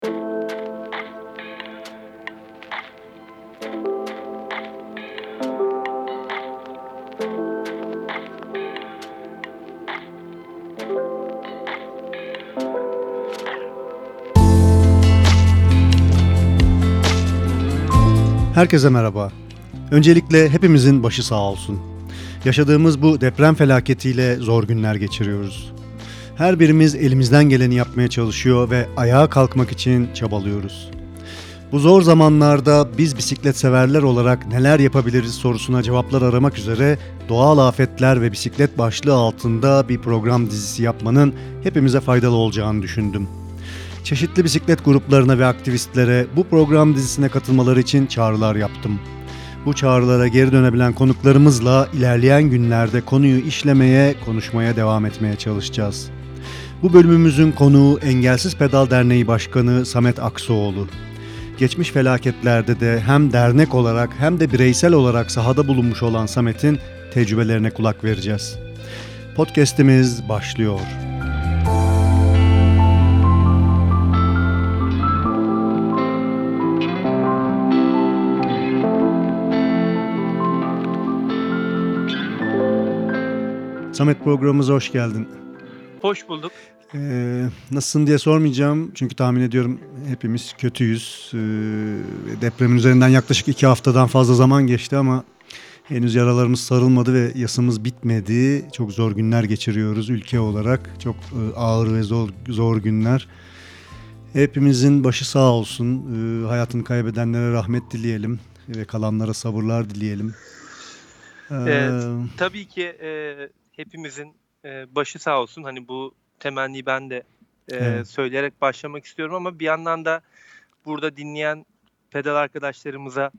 Herkese merhaba. Öncelikle hepimizin başı sağ olsun. Yaşadığımız bu deprem felaketiyle zor günler geçiriyoruz. Her birimiz elimizden geleni yapmaya çalışıyor ve ayağa kalkmak için çabalıyoruz. Bu zor zamanlarda biz bisiklet severler olarak neler yapabiliriz sorusuna cevaplar aramak üzere doğal afetler ve bisiklet başlığı altında bir program dizisi yapmanın hepimize faydalı olacağını düşündüm. Çeşitli bisiklet gruplarına ve aktivistlere bu program dizisine katılmaları için çağrılar yaptım. Bu çağrılara geri dönebilen konuklarımızla ilerleyen günlerde konuyu işlemeye, konuşmaya devam etmeye çalışacağız. Bu bölümümüzün konuğu Engelsiz Pedal Derneği Başkanı Samet Aksoğlu. Geçmiş felaketlerde de hem dernek olarak hem de bireysel olarak sahada bulunmuş olan Samet'in tecrübelerine kulak vereceğiz. Podcast'imiz başlıyor. Samet, programımıza hoş geldin. Hoş bulduk. Nasılsın diye sormayacağım çünkü tahmin ediyorum hepimiz kötüyüz. Depremin üzerinden yaklaşık 2 haftadan fazla zaman geçti ama henüz yaralarımız sarılmadı ve yasımız bitmedi. Çok zor günler geçiriyoruz ülke olarak. Çok ağır ve zor günler. Hepimizin başı sağ olsun. Hayatını kaybedenlere rahmet dileyelim ve kalanlara sabırlar dileyelim. Tabii ki hepimizin başı sağ olsun. Hani bu temenni ben de Evet. söyleyerek başlamak istiyorum ama bir yandan da burada dinleyen pedal arkadaşlarımıza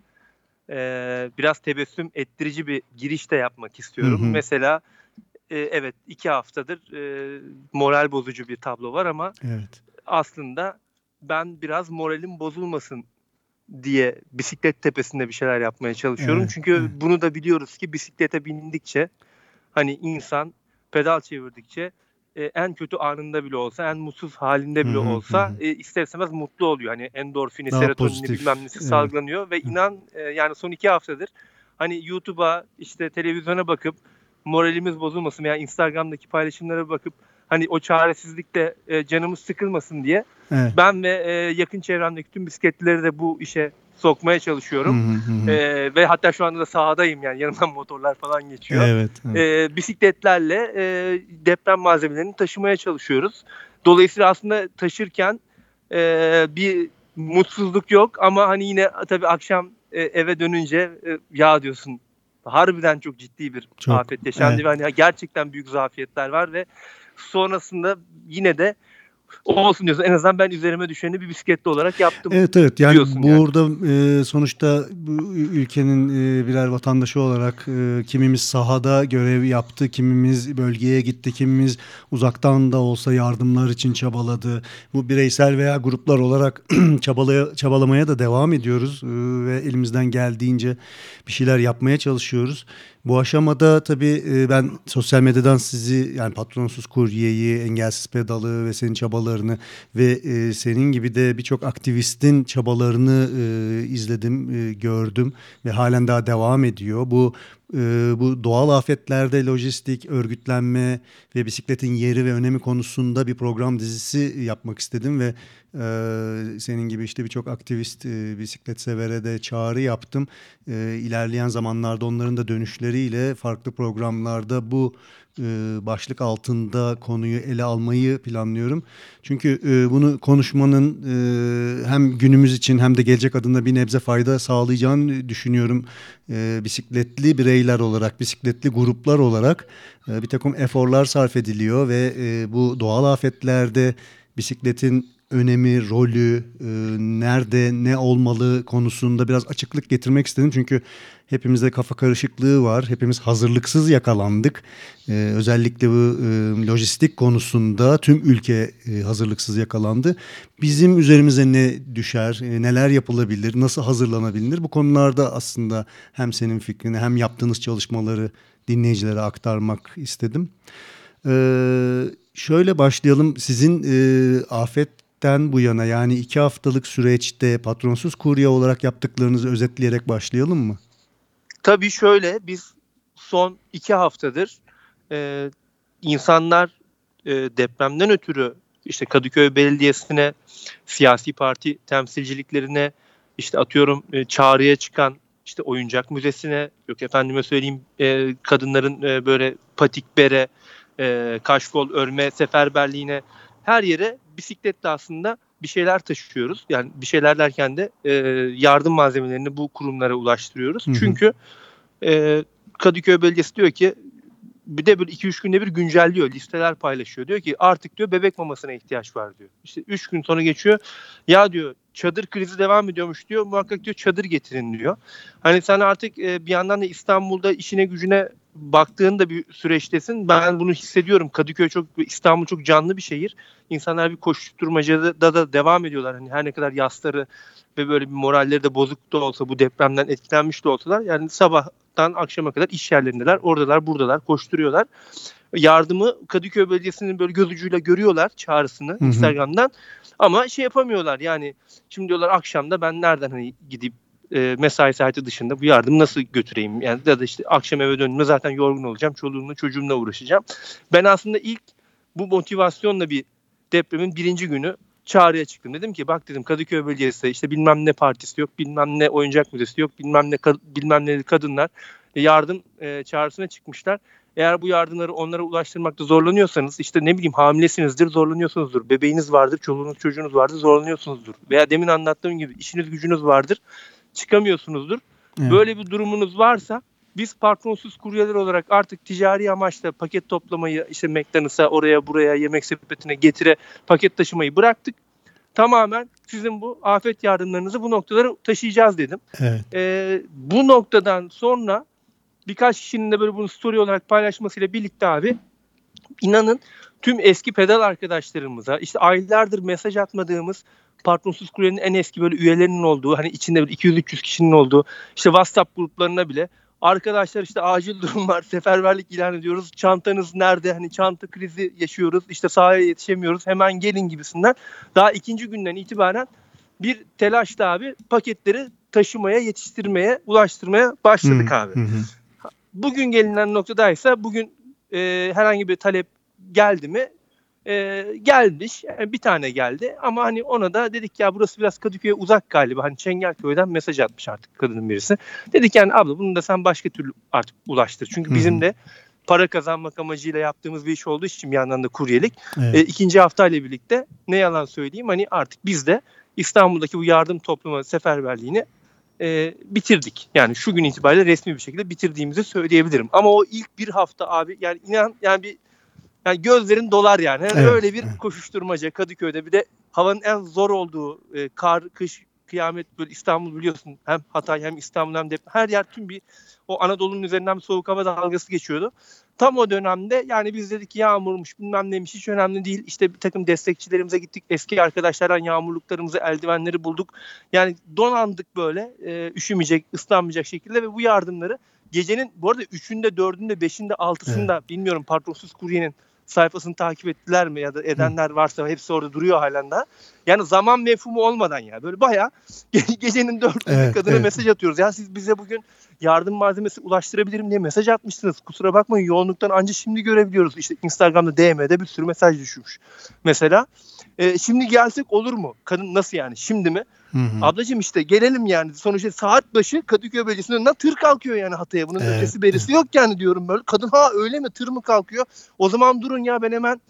biraz tebessüm ettirici bir giriş de yapmak istiyorum. Hı hı. Mesela evet 2 haftadır moral bozucu bir tablo var ama Evet. aslında ben biraz moralim bozulmasın diye bisiklet tepesinde bir şeyler yapmaya çalışıyorum. Evet, Çünkü evet. bunu da biliyoruz ki bisiklete bindikçe hani insan pedal çevirdikçe en kötü anında bile olsa, en mutsuz halinde Hı bile hı, hı olsa hı. ister istemez mutlu oluyor. Hani endorfini, Daha serotonini bilmem pozitif. nesi Evet. salgılanıyor ve inan yani son 2 haftadır hani YouTube'a işte televizyona bakıp moralimiz bozulmasın veya Instagram'daki paylaşımlara bakıp hani o çaresizlikte canımız sıkılmasın diye Evet. ben ve yakın çevremdeki tüm bisikletlileri de bu işe sokmaya Hı çalışıyorum. hı, hı hı. Ve hatta şu anda da sahadayım yani yanımdan motorlar falan geçiyor. Evet, evet. Bisikletlerle deprem malzemelerini taşımaya çalışıyoruz. Dolayısıyla aslında taşırken bir mutsuzluk yok ama hani yine tabii akşam eve dönünce ya diyorsun harbiden çok ciddi bir Çok. afet yaşandı Evet. ve hani gerçekten büyük zafiyetler var ve sonrasında yine de olsun diyorsun. En azından ben üzerime düşeni bir bisikletli olarak yaptım Evet, yani diyorsun yani. burada sonuçta bu ülkenin birer vatandaşı olarak kimimiz sahada görev yaptı, kimimiz bölgeye gitti, kimimiz uzaktan da olsa yardımlar için çabaladı. Bu bireysel veya gruplar olarak çabalamaya da devam ediyoruz ve elimizden geldiğince bir şeyler yapmaya çalışıyoruz. Bu aşamada tabii ben sosyal medyadan sizi, yani Patronsuz Kurye'yi, Engelsiz Pedalı ve senin çabalarını ve senin gibi de birçok aktivistin çabalarını izledim, gördüm ve halen daha devam ediyor. Bu doğal afetlerde lojistik, örgütlenme ve bisikletin yeri ve önemi konusunda bir program dizisi yapmak istedim ve senin gibi işte birçok aktivist, bisiklet severe de çağrı yaptım. İlerleyen zamanlarda onların da dönüşleriyle farklı programlarda bu başlık altında konuyu ele almayı planlıyorum. Çünkü bunu konuşmanın hem günümüz için hem de gelecek adına bir nebze fayda sağlayacağını düşünüyorum. Bisikletli bireyler olarak, bisikletli gruplar olarak bir takım eforlar sarf ediliyor ve bu doğal afetlerde bisikletin önemi, rolü, nerede, ne olmalı konusunda biraz açıklık getirmek istedim. Çünkü hepimizde kafa karışıklığı var. Hepimiz hazırlıksız yakalandık. Özellikle bu lojistik konusunda tüm ülke hazırlıksız yakalandı. Bizim üzerimize ne düşer, neler yapılabilir, nasıl hazırlanabilir? Bu konularda aslında hem senin fikrini hem yaptığınız çalışmaları dinleyicilere aktarmak istedim. Şöyle başlayalım. Sizin afet süreçten bu yana, yani 2 haftalık süreçte patronsuz kurye olarak yaptıklarınızı özetleyerek başlayalım mı? Tabii şöyle, biz son 2 haftadır e, insanlar depremden ötürü işte Kadıköy Belediyesi'ne, siyasi parti temsilciliklerine, işte atıyorum çağrıya çıkan işte oyuncak müzesine, yok efendime söyleyeyim kadınların böyle patik bere, kaşkol örme seferberliğine, her yere bisikletle aslında bir şeyler taşıyoruz. Yani bir şeyler derken de yardım malzemelerini bu kurumlara ulaştırıyoruz. Hı hı. Çünkü Kadıköy Belediyesi diyor ki, bir de böyle 2-3 günde bir güncelliyor, listeler paylaşıyor. Diyor ki artık diyor bebek mamasına ihtiyaç var diyor. İşte 3 gün sonra geçiyor. Ya diyor çadır krizi devam ediyormuş diyor. Muhakkak diyor çadır getirin diyor. Hani sen artık bir yandan da İstanbul'da işine gücüne baktığında bir süreçtesin. Ben bunu hissediyorum. Kadıköy çok, İstanbul çok canlı bir şehir. İnsanlar bir koşturmacada da devam ediyorlar. Hani her ne kadar yasları ve böyle bir moralleri de bozuk da olsa, bu depremden etkilenmiş de olsalar, yani sabahtan akşama kadar iş yerlerindeler, oradalar, buradalar, koşturuyorlar. Yardımı Kadıköy Belediyesi'nin böyle göz ucuyla görüyorlar, çağrısını Hı hı. Instagram'dan, ama şey yapamıyorlar yani. Şimdi diyorlar akşamda ben nereden hani gidip mesai saati dışında bu yardımı nasıl götüreyim? Yani ya da işte akşam eve döndüğümde zaten yorgun olacağım, çoluğumla çocuğumla uğraşacağım. Ben aslında ilk bu motivasyonla bir depremin birinci günü çağrıya çıktım. Dedim ki bak dedim, Kadıköy Belediyesi işte bilmem ne partisi yok, bilmem ne oyuncak müzesi yok, bilmem ne bilmem ne kadınlar yardım çağrısına çıkmışlar. Eğer bu yardımları onlara ulaştırmakta zorlanıyorsanız, işte ne bileyim hamilesinizdir, zorlanıyorsunuzdur. Bebeğiniz vardır, çoluğunuz çocuğunuz vardır, zorlanıyorsunuzdur. Veya demin anlattığım gibi işiniz gücünüz vardır, çıkamıyorsunuzdur. Evet. Böyle bir durumunuz varsa, biz patronsuz kuryeler olarak artık ticari amaçla paket toplamayı, işte McDonald's'a, oraya buraya, yemek sepetine getire paket taşımayı bıraktık. Tamamen sizin bu afet yardımlarınızı bu noktalara taşıyacağız dedim. Evet. Bu noktadan sonra birkaç kişinin de böyle bunu story olarak paylaşmasıyla birlikte abi, inanın tüm eski pedal arkadaşlarımıza, işte aylardır mesaj atmadığımız patronsuz kuryenin en eski böyle üyelerinin olduğu, hani içinde 200-300 kişinin olduğu işte WhatsApp gruplarına bile, arkadaşlar işte acil durum var, seferberlik ilan ediyoruz, çantanız nerede, hani çanta krizi yaşıyoruz, işte sahaya yetişemiyoruz, hemen gelin gibisinden, daha ikinci günden itibaren bir telaşla abi paketleri taşımaya, yetiştirmeye, ulaştırmaya başladık abi. Hı hı. Bugün gelinen noktadaysa, bugün herhangi bir talep geldi mi? Gelmiş. Yani bir tane geldi. Ama hani ona da dedik ya, burası biraz Kadıköy'e uzak galiba. Hani Çengelköy'den mesaj atmış artık kadının birisi. Dedik yani abla, bunu da sen başka türlü artık ulaştır. Çünkü Hı bizim hı. de para kazanmak amacıyla yaptığımız bir iş olduğu için, bir yandan da kuryelik. Evet. İkinci haftayla birlikte ne yalan söyleyeyim, hani artık biz de İstanbul'daki bu yardım toplama seferberliğini bitirdik. Yani şu gün itibariyle resmi bir şekilde bitirdiğimizi söyleyebilirim. Ama o ilk bir hafta abi, yani inan yani yani gözlerin dolar yani. Yani Evet. öyle bir koşuşturmaca Kadıköy'de, bir de havanın en zor olduğu kar, kış, kıyamet, böyle İstanbul biliyorsun, hem Hatay hem İstanbul hem deprem, her yer tüm bir, o Anadolu'nun üzerinden bir soğuk hava dalgası geçiyordu. Tam o dönemde yani biz dedik ki yağmurmuş bilmem neymiş, hiç önemli değil. İşte bir takım destekçilerimize gittik. Eski arkadaşlardan yağmurluklarımızı, eldivenleri bulduk. Yani donandık böyle üşümeyecek, ıslanmayacak şekilde, ve bu yardımları gecenin bu arada 3'ünde, 4'ünde, 5'inde, Evet. 6'sında, bilmiyorum patronsuz kuryenin sayfasını takip ettiler mi, ya da Hı. edenler varsa hepsi orada duruyor halen daha. Yani zaman mefhumu olmadan, ya böyle bayağı gecenin 4'ünde Evet. kadına Evet. mesaj atıyoruz. Ya siz bize bugün yardım malzemesi ulaştırabilirim diye mesaj atmışsınız. Kusura bakmayın, yoğunluktan anca şimdi görebiliyoruz. İşte Instagram'da DM'de bir sürü mesaj düşmüş. Mesela şimdi gelsek olur mu? Kadın nasıl yani, şimdi mi? Hı hı. Ablacığım işte gelelim yani. Sonuçta saat başı Kadıköy Belediyesi'nin önünden tır kalkıyor yani Hatay'a. Bunun Evet. ötesi berisi yok yani, diyorum böyle. Kadın ha öyle mi, tır mı kalkıyor? O zaman durun ya, ben hemen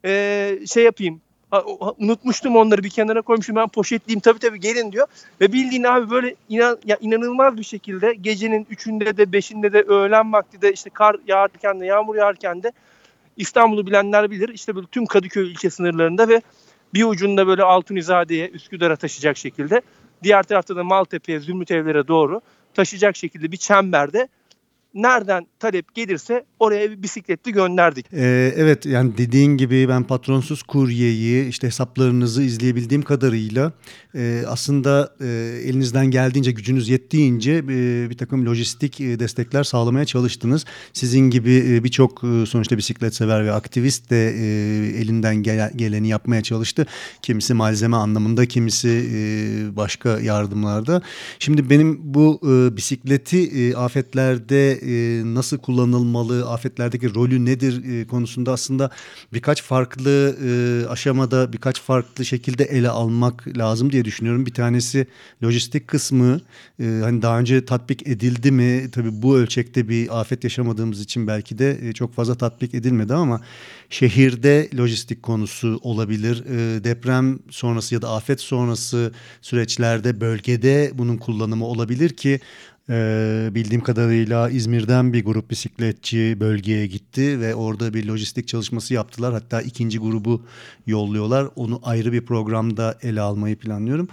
şey yapayım. Unutmuştum, onları bir kenara koymuşum, ben poşetleyeyim, tabii gelin diyor. Ve bildiğin abi böyle inanılmaz bir şekilde gecenin 3'ünde de 5'inde de öğlen vakti de, işte kar yağarken de yağmur yağarken de, İstanbul'u bilenler bilir, işte böyle tüm Kadıköy ilçe sınırlarında ve bir ucunda böyle Altunizade'ye, Üsküdar'a taşıyacak şekilde, diğer tarafta da Maltepe'ye, Zümrüt Evler'e doğru taşıyacak şekilde bir çemberde nereden talep gelirse oraya bir bisikletli gönderdik. Evet, yani dediğin gibi ben patronsuz kuryeyi, işte hesaplarınızı izleyebildiğim kadarıyla aslında elinizden geldiğince, gücünüz yettiğince bir takım lojistik destekler sağlamaya çalıştınız. Sizin gibi birçok sonuçta bisiklet sever ve aktivist de elinden geleni yapmaya çalıştı. Kimisi malzeme anlamında, kimisi başka yardımlarda. Şimdi benim bu bisikleti afetlerde nasıl kullanılmalı, afetlerdeki rolü nedir konusunda aslında birkaç farklı aşamada, birkaç farklı şekilde ele almak lazım diye düşünüyorum. Bir tanesi lojistik kısmı, hani daha önce tatbik edildi mi? Tabii bu ölçekte bir afet yaşamadığımız için belki de çok fazla tatbik edilmedi ama şehirde lojistik konusu olabilir. Deprem sonrası ya da afet sonrası süreçlerde bölgede bunun kullanımı olabilir ki bildiğim kadarıyla İzmir'den bir grup bisikletçi bölgeye gitti ve orada bir lojistik çalışması yaptılar. Hatta ikinci grubu yolluyorlar. Onu ayrı bir programda ele almayı planlıyorum.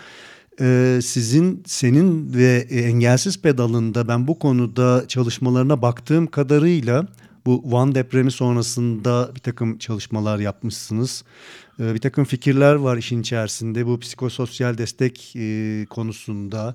Senin ve Engelsiz Pedal'ında ben bu konuda çalışmalarına baktığım kadarıyla bu Van depremi sonrasında bir takım çalışmalar yapmışsınız. Bir takım fikirler var işin içerisinde. Bu psikososyal destek konusunda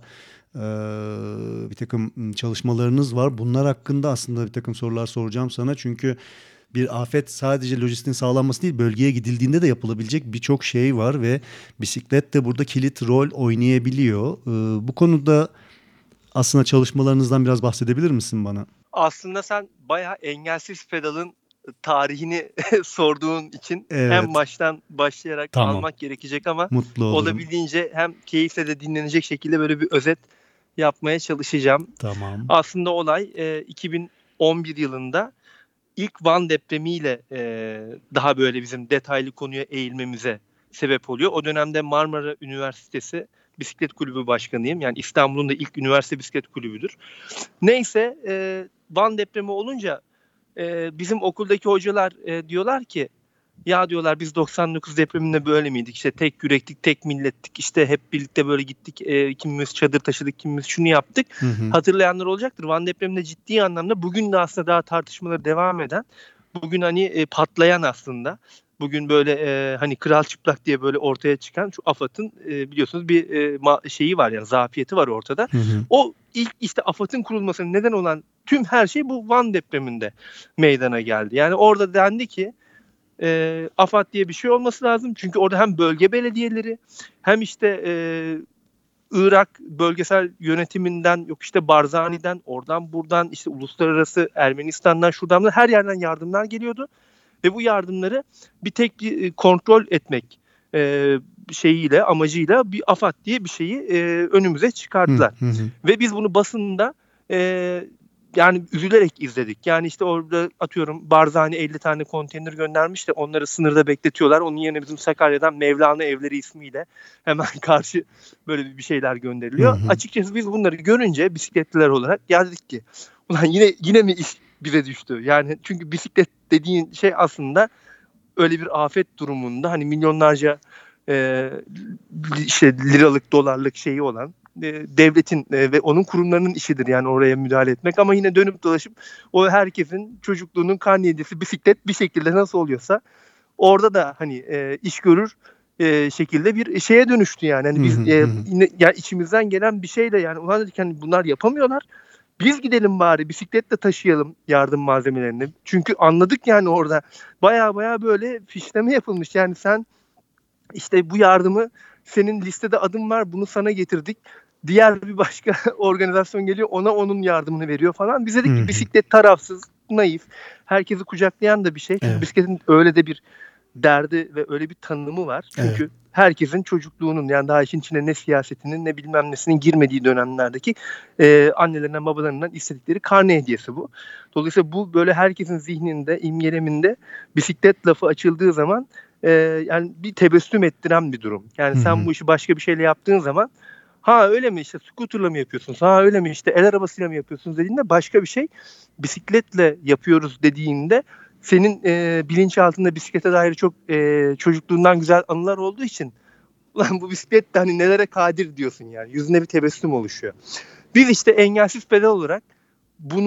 bir takım çalışmalarınız var. Bunlar hakkında aslında bir takım sorular soracağım sana. Çünkü bir afet sadece lojistiğin sağlanması değil, bölgeye gidildiğinde de yapılabilecek birçok şey var ve bisiklet de burada kilit rol oynayabiliyor. Bu konuda aslında çalışmalarınızdan biraz bahsedebilir misin bana? Aslında sen bayağı Engelsiz Pedal'ın tarihini sorduğun için en Evet, baştan başlayarak tamam. almak gerekecek ama Mutlu olurum. olabildiğince hem keyifle de dinlenecek şekilde böyle bir özet yapmaya çalışacağım. Tamam. Aslında olay 2011 yılında ilk Van depremiyle daha böyle bizim detaylı konuya eğilmemize sebep oluyor. O dönemde Marmara Üniversitesi Bisiklet Kulübü Başkanıyım. Yani İstanbul'un da ilk üniversite bisiklet kulübüdür. Neyse Van depremi olunca bizim okuldaki hocalar diyorlar ki ya diyorlar biz 99 depreminde böyle miydik? İşte tek yürektik, tek millettik. İşte hep birlikte böyle gittik. Kimimiz çadır taşıdık, kimimiz şunu yaptık. Hı hı. Hatırlayanlar olacaktır. Van depreminde ciddi anlamda bugün de aslında daha tartışmaları devam eden, bugün hani patlayan aslında. Bugün böyle hani kral çıplak diye böyle ortaya çıkan şu AFAD'ın biliyorsunuz bir şeyi var yani zafiyeti var ortada. Hı hı. O ilk işte AFAD'ın kurulmasına neden olan tüm her şey bu Van depreminde meydana geldi. Yani orada dendi ki AFAD diye bir şey olması lazım. Çünkü orada hem bölge belediyeleri hem işte Irak bölgesel yönetiminden yok işte Barzani'den oradan buradan işte uluslararası Ermenistan'dan şuradan her yerden yardımlar geliyordu. Ve bu yardımları bir tek bir kontrol etmek şeyiyle amacıyla bir AFAD diye bir şeyi önümüze Hı çıkardılar. hı. Hı. Ve biz bunu basında yani üzülerek izledik. Yani işte orada atıyorum Barzani 50 tane konteyner göndermiş de onları sınırda bekletiyorlar. Onun yerine bizim Sakarya'dan Mevlana Evleri ismiyle hemen karşı böyle bir şeyler Hı gönderiliyor. hı. Açıkçası biz bunları görünce bisikletliler olarak geldik ki ulan yine mi iş bize düştü? Yani çünkü bisiklet dediğin şey aslında öyle bir afet durumunda hani milyonlarca e, işte liralık dolarlık şeyi olan devletin ve onun kurumlarının işidir yani oraya müdahale etmek ama yine dönüp dolaşıp o herkesin çocukluğunun karne hediyesi bisiklet bir şekilde nasıl oluyorsa orada da hani iş görür şekilde bir şeye dönüştü yani. Hı Hani hı. biz Hı hı. yine yani içimizden gelen bir şeyle yani ulan dedik hani bunlar yapamıyorlar. Biz gidelim bari bisikletle taşıyalım yardım malzemelerini. Çünkü anladık yani orada baya böyle fişleme yapılmış. Yani sen işte bu yardımı senin listede adın var bunu sana getirdik. Diğer bir başka organizasyon geliyor ona onun yardımını veriyor falan. Biz Hı dedik ki hı. bisiklet tarafsız, naif, herkesi kucaklayan da bir şey. Çünkü Evet. bisikletin öyle de bir derdi ve öyle bir tanımı var. Evet. Çünkü herkesin çocukluğunun yani daha işin içine ne siyasetinin ne bilmem nesinin girmediği dönemlerdeki annelerinden babalarından istedikleri karne hediyesi bu. Dolayısıyla bu böyle herkesin zihninde, imgeleminde bisiklet lafı açıldığı zaman yani bir tebessüm ettiren bir durum. Yani Hı sen hı. bu işi başka bir şeyle yaptığın zaman ha öyle mi işte scooter'la mı yapıyorsunuz? Ha öyle mi işte el arabasıyla mı yapıyorsunuz dediğinde başka bir şey. Bisikletle yapıyoruz dediğinde senin bilinçaltında bisiklete dair çok çocukluğundan güzel anılar olduğu için ulan bu bisiklet de hani nelere kadir diyorsun yani. Yüzünde bir tebessüm oluşuyor. Biz işte Engelsiz Pedal olarak bunu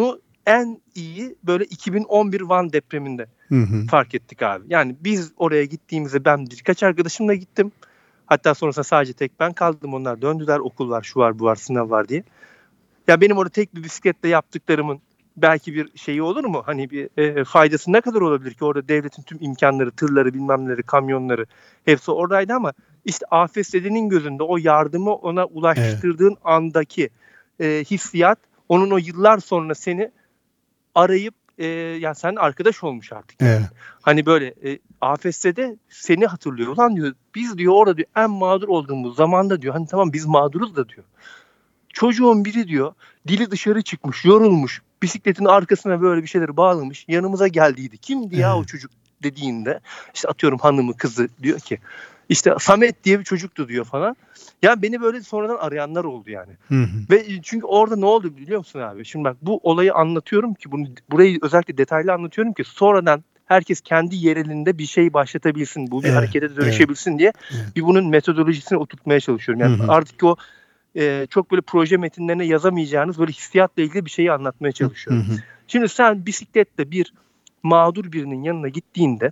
en iyi böyle 2011 Van depreminde fark ettik abi. Yani biz oraya gittiğimizde ben birkaç arkadaşımla gittim. Hatta sonrasında sadece tek ben kaldım. Onlar döndüler, okul var, şu var, bu var, sınav var diye. Ya benim orada tek bir bisikletle yaptıklarımın belki bir şeyi olur mu? Hani bir faydası ne kadar olabilir ki? Orada devletin tüm imkanları, tırları, bilmem neleri, kamyonları hepsi oradaydı ama işte AFS'nin gözünde o yardımı ona ulaştırdığın andaki hissiyat, onun o yıllar sonra seni arayıp ya sen arkadaş olmuş artık. Yani. Evet. Hani böyle AFS'de seni hatırlıyor. Ulan diyor biz diyor orada diyor en mağdur olduğumuz zamanda diyor. Hani tamam biz mağduruz da diyor. Çocuğun biri diyor dili dışarı çıkmış, yorulmuş. Bisikletin arkasına böyle bir şeyleri bağlamış. Yanımıza geldiydi. Kimdi ya o çocuk dediğinde işte atıyorum hanımı kızı diyor ki işte Samet diye bir çocuktu diyor falan. Ya beni böyle sonradan arayanlar oldu yani. Ve çünkü orada ne oldu biliyor musun abi? Şimdi bak bu olayı anlatıyorum ki burayı özellikle detaylı anlatıyorum ki sonradan herkes kendi yerelinde bir şey başlatabilsin. Bu bir harekete dönüşebilsin diye bir bunun metodolojisini oturtmaya çalışıyorum. Yani artık o çok böyle proje metinlerine yazamayacağınız böyle hissiyatla ilgili bir şeyi anlatmaya çalışıyorum. Şimdi sen bisikletle bir mağdur birinin yanına gittiğinde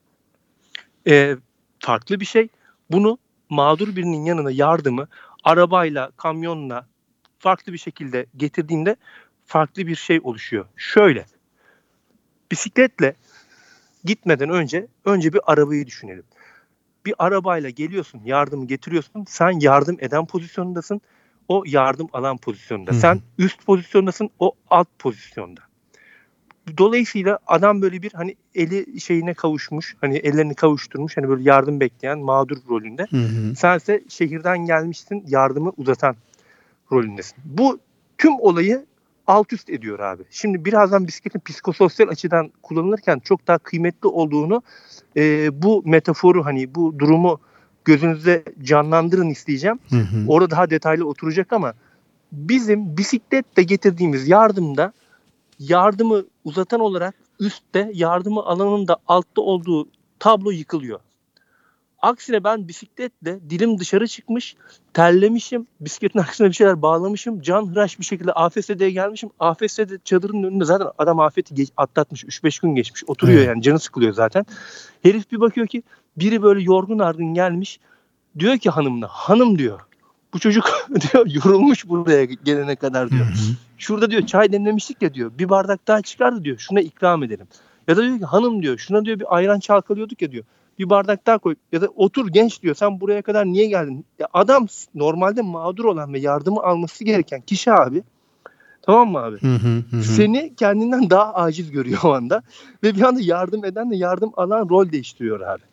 farklı bir şey. Bunu mağdur birinin yanına yardımı arabayla, kamyonla farklı bir şekilde getirdiğinde farklı bir şey oluşuyor. Şöyle, bisikletle gitmeden önce bir arabayı düşünelim. Bir arabayla geliyorsun, yardımı getiriyorsun. Sen yardım eden pozisyondasın. O yardım alan pozisyonda. Sen üst pozisyondasın, o alt pozisyonda. Dolayısıyla adam böyle bir hani eli şeyine kavuşmuş, hani ellerini kavuşturmuş, hani böyle yardım bekleyen mağdur rolünde. Sense şehirden gelmişsin, yardımı uzatan rolündesin. Bu tüm olayı alt üst ediyor abi. Şimdi birazdan bisikletin psikososyal açıdan kullanılırken çok daha kıymetli olduğunu bu metaforu hani bu durumu gözünüzde canlandırın isteyeceğim. Orada daha detaylı oturacak ama bizim bisikletle getirdiğimiz yardımda yardımı uzatan olarak üstte, yardımı alanın da altta olduğu tablo yıkılıyor. Aksine ben bisikletle dilim dışarı çıkmış, terlemişim, bisikletin arkasına bir şeyler bağlamışım, canhıraş bir şekilde AFS'ye gelmişim. AFS'de çadırın önünde zaten adam afeti atlatmış, 3-5 gün geçmiş, oturuyor yani canı sıkılıyor zaten. Herif bir bakıyor ki biri böyle yorgun argın gelmiş, diyor ki hanımına, hanım diyor, bu çocuk diyor yorulmuş buraya gelene kadar diyor. Şurada diyor çay demlemiştik ya diyor, bir bardak daha çıkardı diyor, şuna ikram edelim. Ya da diyor ki hanım diyor, şuna diyor bir ayran çalkalıyorduk ya diyor. Bir bardak daha koy ya da otur genç diyor sen buraya kadar niye geldin? Ya adam normalde mağdur olan ve yardımı alması gereken kişi abi. Tamam mı abi? Seni kendinden daha aciz görüyor o anda. Ve bir anda yardım eden de yardım alan rol değiştiriyor abi.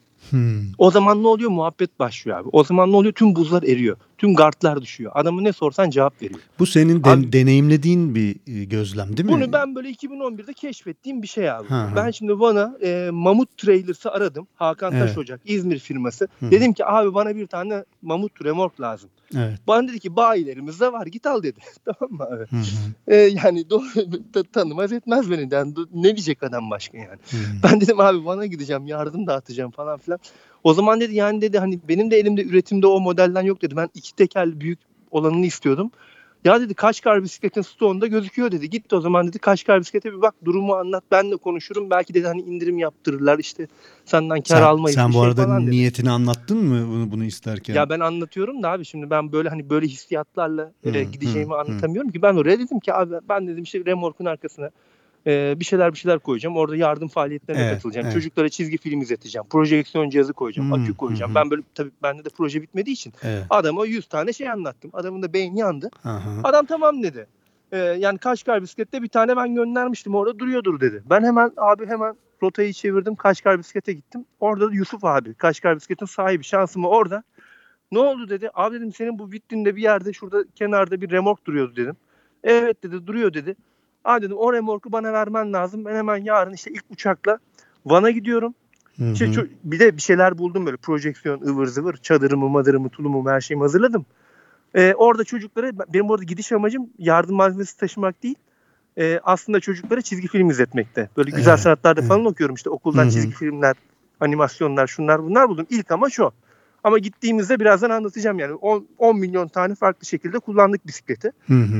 O zaman ne oluyor? Muhabbet başlıyor abi. O zaman ne oluyor? Tüm buzlar eriyor. Tüm gardlar düşüyor. Adamı ne sorsan cevap veriyor. Bu senin deneyimlediğin bir gözlem değil mi? Bunu ben böyle 2011'de keşfettiğim bir şey abi. Ben şimdi bana Mamut Trailers'ı aradım. Hakan Taş Ocak, İzmir firması. Dedim ki abi bana bir tane Mamut remork lazım. Bana dedi ki bayilerimizde var git al dedi. Tamam mı abi? Yani tanımaz etmez beni. Yani, ne diyecek adam başka yani. Ben dedim abi bana gideceğim yardım dağıtacağım falan filan. O zaman dedi yani dedi hani benim de elimde üretimde o modelden yok dedi. Ben 2 tekerli büyük olanını istiyordum. Ya dedi Kaşgar bisikletin stoğunda gözüküyor dedi. Git o zaman dedi Kaşgar bisiklete bir bak durumu anlat ben de konuşurum. Belki dedi hani indirim yaptırırlar işte senden kar almayız sen bir bu şey arada falan dedi. niyetini anlattın mı bunu isterken? Ya ben anlatıyorum da abi şimdi ben böyle hani böyle hissiyatlarla gideceğimi anlatamıyorum ki. Ben oraya dedim ki abi ben dedim işte remorkun arkasına bir şeyler koyacağım. Orada yardım faaliyetlerine katılacağım. Çocuklara çizgi film izleteceğim. Projeksiyon cihazı koyacağım. Akü koyacağım. Ben böyle tabii bende de proje bitmediği için adama 100 tane şey anlattım. Adamın da beyni yandı. Adam tamam dedi. Yani Kaşgar bisiklette bir tane ben göndermiştim. Orada duruyordur dedi. Ben hemen rotayı çevirdim. Kaşgar bisiklete gittim. Orada da Yusuf abi. Kaşgar bisikletin sahibi. Şansıma orada. Ne oldu dedi. Abi dedim senin bu vitrinde bir yerde şurada kenarda bir remork duruyordu dedim. Evet dedi duruyor dedi. Dedim o remorku bana vermen lazım. Ben hemen yarın işte ilk uçakla Van'a gidiyorum. İşte bir de bir şeyler buldum böyle projeksiyon ıvır zıvır. Çadırımı, madırımı, tulumu her şeyimi hazırladım. Orada çocuklara benim orada gidiş amacım yardım malzemesi taşımak değil. Aslında çocuklara çizgi film izletmekte. Böyle güzel sanatlarda falan okuyorum işte okuldan çizgi filmler, animasyonlar şunlar bunlar buldum. İlk amaç o. Ama gittiğimizde birazdan anlatacağım yani 10 milyon tane farklı şekilde kullandık bisikleti.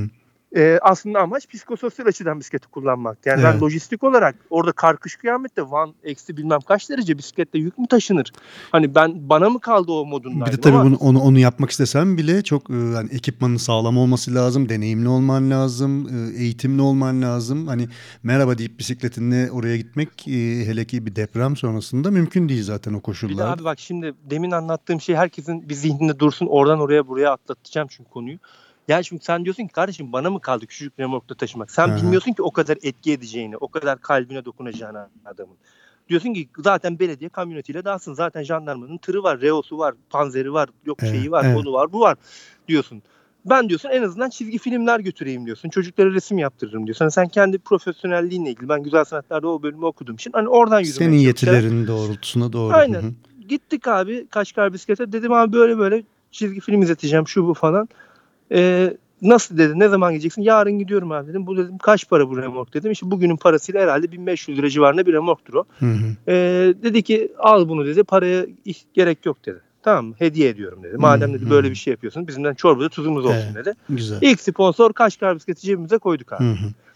Aslında amaç psikososyal açıdan bisikleti kullanmak. Yani ben lojistik olarak orada kar kış kıyamette Van eksi bilmem kaç derece bisikletle yük mü taşınır? Hani bana mı kaldı o modundaydım Bir de tabii ama onu yapmak istesen bile çok yani ekipmanın sağlam olması lazım, deneyimli olman lazım, eğitimli olman lazım. Hani merhaba deyip bisikletinle oraya gitmek hele ki bir deprem sonrasında mümkün değil zaten o koşullar. Bir de abi bak şimdi demin anlattığım şey herkesin bir zihninde dursun, oradan oraya buraya atlatacağım çünkü konuyu. Yani şimdi sen diyorsun ki kardeşim bana mı kaldı küçücük remorkla taşımak? Sen bilmiyorsun ki o kadar etki edeceğini, o kadar kalbine dokunacağını adamın. Diyorsun ki zaten belediye kamyonetiyle dağılsın. Zaten jandarmanın tırı var, reosu var, panzeri var, yok şeyi var, onu var, bu var diyorsun. Ben diyorsun en azından çizgi filmler götüreyim diyorsun. Çocuklara resim yaptırırım diyorsun. Hani sen kendi profesyonelliğinle ilgili. Ben güzel sanatlarda o bölümü okuduğum için hani oradan yürümeye senin yetilerin doğrultusuna doğru. Aynen. Gittik abi Kaşgar bisiklete. Dedim abi böyle çizgi film izleteceğim şu bu falan. Nasıl dedi, ne zaman gideceksin? Yarın gidiyorum abi dedim. Bu dedim kaç para bu remork dedim. İşte bugünün parasıyla herhalde 1500 lira civarında bir remorktur o. Dedi ki al bunu dedi. Paraya gerek yok dedi. Tamam mı? Hediye ediyorum dedi. Madem dedi böyle bir şey yapıyorsun bizimden çorbada tuzumuz olsun dedi. Güzel. İlk sponsor Kaşgar bisikleti cebimize koyduk abi.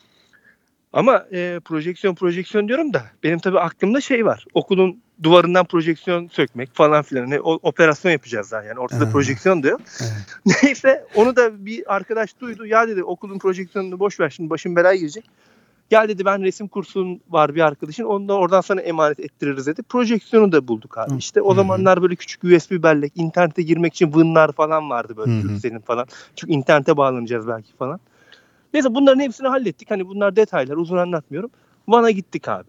Ama projeksiyon diyorum da benim tabii aklımda şey var. Okulun duvarından projeksiyon sökmek falan filan. Hani operasyon yapacağız daha yani. Ortada projeksiyon da yok. Neyse onu da bir arkadaş duydu. Ya dedi okulun projeksiyonunu boş ver şimdi başım belaya girecek. Gel dedi ben resim kursun var bir arkadaşın. Onu da oradan sana emanet ettiririz dedi. Projeksiyonu da bulduk abi. İşte o zamanlar böyle küçük USB bellek, internete girmek için Vınlar falan vardı böyle Turkcell'in falan. Çünkü internete bağlanacağız belki falan. Neyse bunların hepsini hallettik. Hani bunlar detaylar uzun anlatmıyorum. Van'a gittik abi.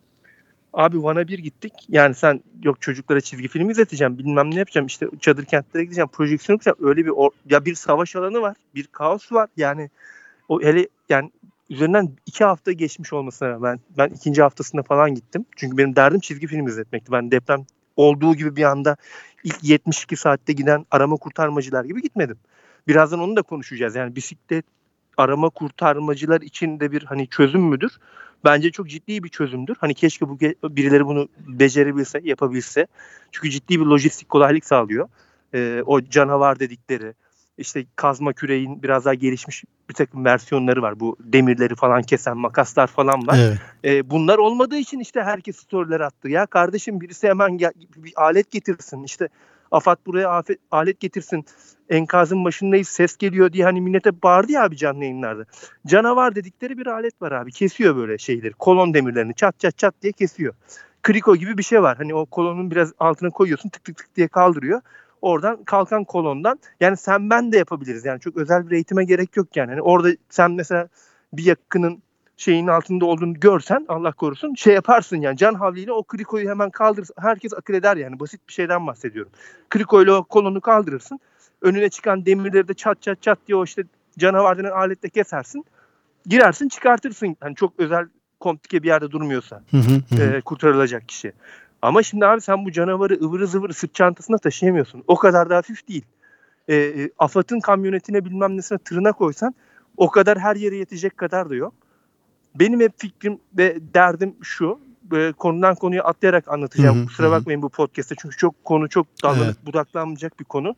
Abi Van'a bir gittik. Yani sen yok çocuklara çizgi film izleteceğim bilmem ne yapacağım. İşte çadır kentlere gideceğim. Projeksiyon yapacağım. Öyle ya bir savaş alanı var. Bir kaos var. Yani o hele yani üzerinden 2 hafta geçmiş olmasına rağmen ben 2. haftasında falan gittim. Çünkü benim derdim çizgi film izletmekti. Ben deprem olduğu gibi bir anda ilk 72 saatte giden arama kurtarmacılar gibi gitmedim. Birazdan onu da konuşacağız. Yani bisiklet arama kurtarmacılar için de bir hani çözüm müdür? Bence çok ciddi bir çözümdür. Hani keşke birileri bunu becerebilse, yapabilse. Çünkü ciddi bir lojistik kolaylık sağlıyor. O canavar dedikleri, işte kazma küreğin biraz daha gelişmiş bir takım versiyonları var. Bu demirleri falan kesen makaslar falan var. Bunlar olmadığı için işte herkes storyler attı. Ya kardeşim birisi hemen bir alet getirsin. İşte AFAD buraya alet getirsin. Enkazın başındayız ses geliyor diye hani millete bağırdı ya abi canlı yayınlarda. Canavar dedikleri bir alet var abi. Kesiyor böyle şeyleri. Kolon demirlerini çat çat çat diye kesiyor. Kriko gibi bir şey var. Hani o kolonun biraz altına koyuyorsun tık tık tık diye kaldırıyor. Oradan kalkan kolondan yani sen ben de yapabiliriz. Yani çok özel bir eğitime gerek yok yani. Hani orada sen mesela bir yakının şeyin altında olduğunu görsen Allah korusun şey yaparsın yani can havliyle o krikoyu hemen kaldırırsın. Herkes akıl eder yani basit bir şeyden bahsediyorum. Krikoyla o kolonu kaldırırsın. Önüne çıkan demirleri de çat çat çat diye o işte canavar denen aletle kesersin. Girersin çıkartırsın. Hani çok özel komplike bir yerde durmuyorsa kurtarılacak kişi. Ama şimdi abi sen bu canavarı ıvırı zıvırı sırt çantasına taşıyamıyorsun. O kadar da hafif değil. AFAD'ın kamyonetine bilmem nesine tırına koysan o kadar her yere yetecek kadar da yok. Benim hep fikrim ve derdim şu. Konudan konuya atlayarak anlatacağım. Kusura bakmayın bu podcast'te. Çünkü konu çok dallanıp budaklanmayacak bir konu.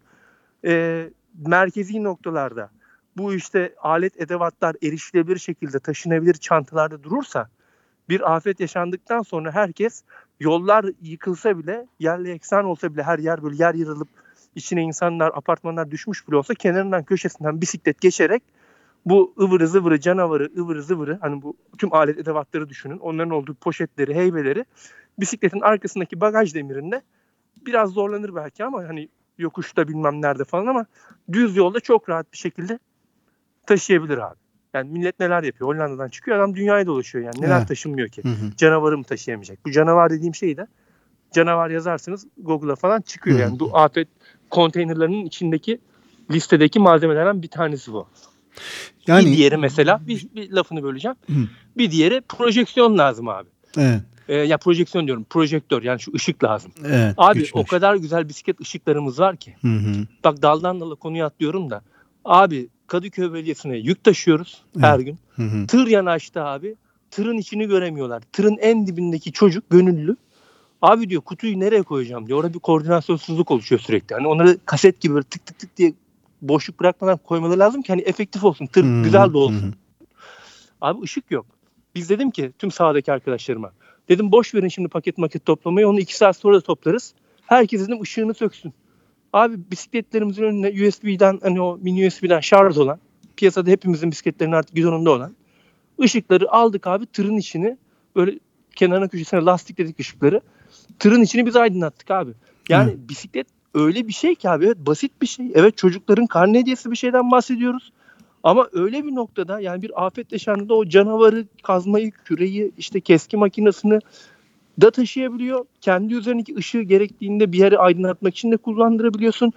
Merkezi noktalarda bu işte alet edevatlar erişilebilir şekilde taşınabilir çantalarda durursa bir afet yaşandıktan sonra herkes yollar yıkılsa bile yerle yeksan olsa bile her yer böyle yer yarılıp içine insanlar apartmanlar düşmüş bile olsa kenarından köşesinden bisiklet geçerek bu ıvırı zıvırı canavarı ıvırı zıvırı hani bu tüm alet edevatları düşünün onların olduğu poşetleri heybeleri bisikletin arkasındaki bagaj demirinde biraz zorlanır belki ama hani yokuşta bilmem nerede falan ama düz yolda çok rahat bir şekilde taşıyabilir abi. Yani millet neler yapıyor? Hollanda'dan çıkıyor adam dünyaya dolaşıyor yani. Neler taşınmıyor ki? Canavarı mı taşıyamayacak? Bu canavar dediğim şey de canavar yazarsınız Google'a falan çıkıyor. Yani bu afet konteynerlarının içindeki listedeki malzemelerden bir tanesi bu. Yani, bir diğeri mesela bir lafını böleceğim. Bir diğeri projeksiyon lazım abi. Evet. Ya projeksiyon diyorum projektör yani şu ışık lazım. Evet, abi o kadar güzel bisiklet ışıklarımız var ki. Bak daldan dala konuya atlıyorum da. Abi Kadıköy Belediyesi'ne yük taşıyoruz her gün. Tır yanaştı abi. Tırın içini göremiyorlar. Tırın en dibindeki çocuk gönüllü. Abi diyor kutuyu nereye koyacağım diyor. Orada bir koordinasyonsuzluk oluşuyor sürekli. Hani onları kaset gibi böyle tık tık tık diye boşluk bırakmadan koymaları lazım ki hani efektif olsun. Tır güzel de olsun. Abi ışık yok. Biz dedim ki tüm sahadaki arkadaşlarıma. Dedim boş verin şimdi paket toplamayı. Onu 2 saat sonra da toplarız. Herkes dedim ışığını söksün. Abi bisikletlerimizin önüne USB'den hani o mini USB'den şarj olan, piyasada hepimizin bisikletlerinin artık gidonunda olan ışıkları aldık abi tırın içini, böyle kenarına köşesine lastikledik ışıkları. Tırın içini biz aydınlattık abi. Yani bisiklet öyle bir şey ki abi, evet basit bir şey. Evet çocukların karne hediyesi bir şeyden bahsediyoruz. Ama öyle bir noktada yani bir afet yaşandığında o canavarı, kazmayı, küreği, işte keski makinesini da taşıyabiliyor. Kendi üzerindeki ışığı gerektiğinde bir yere aydınlatmak için de kullandırabiliyorsun.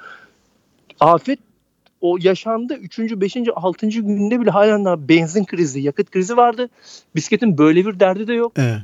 Afet o yaşandı 3. 5. 6. günde bile halen daha benzin krizi, yakıt krizi vardı. Bisikletin böyle bir derdi de yok. Evet.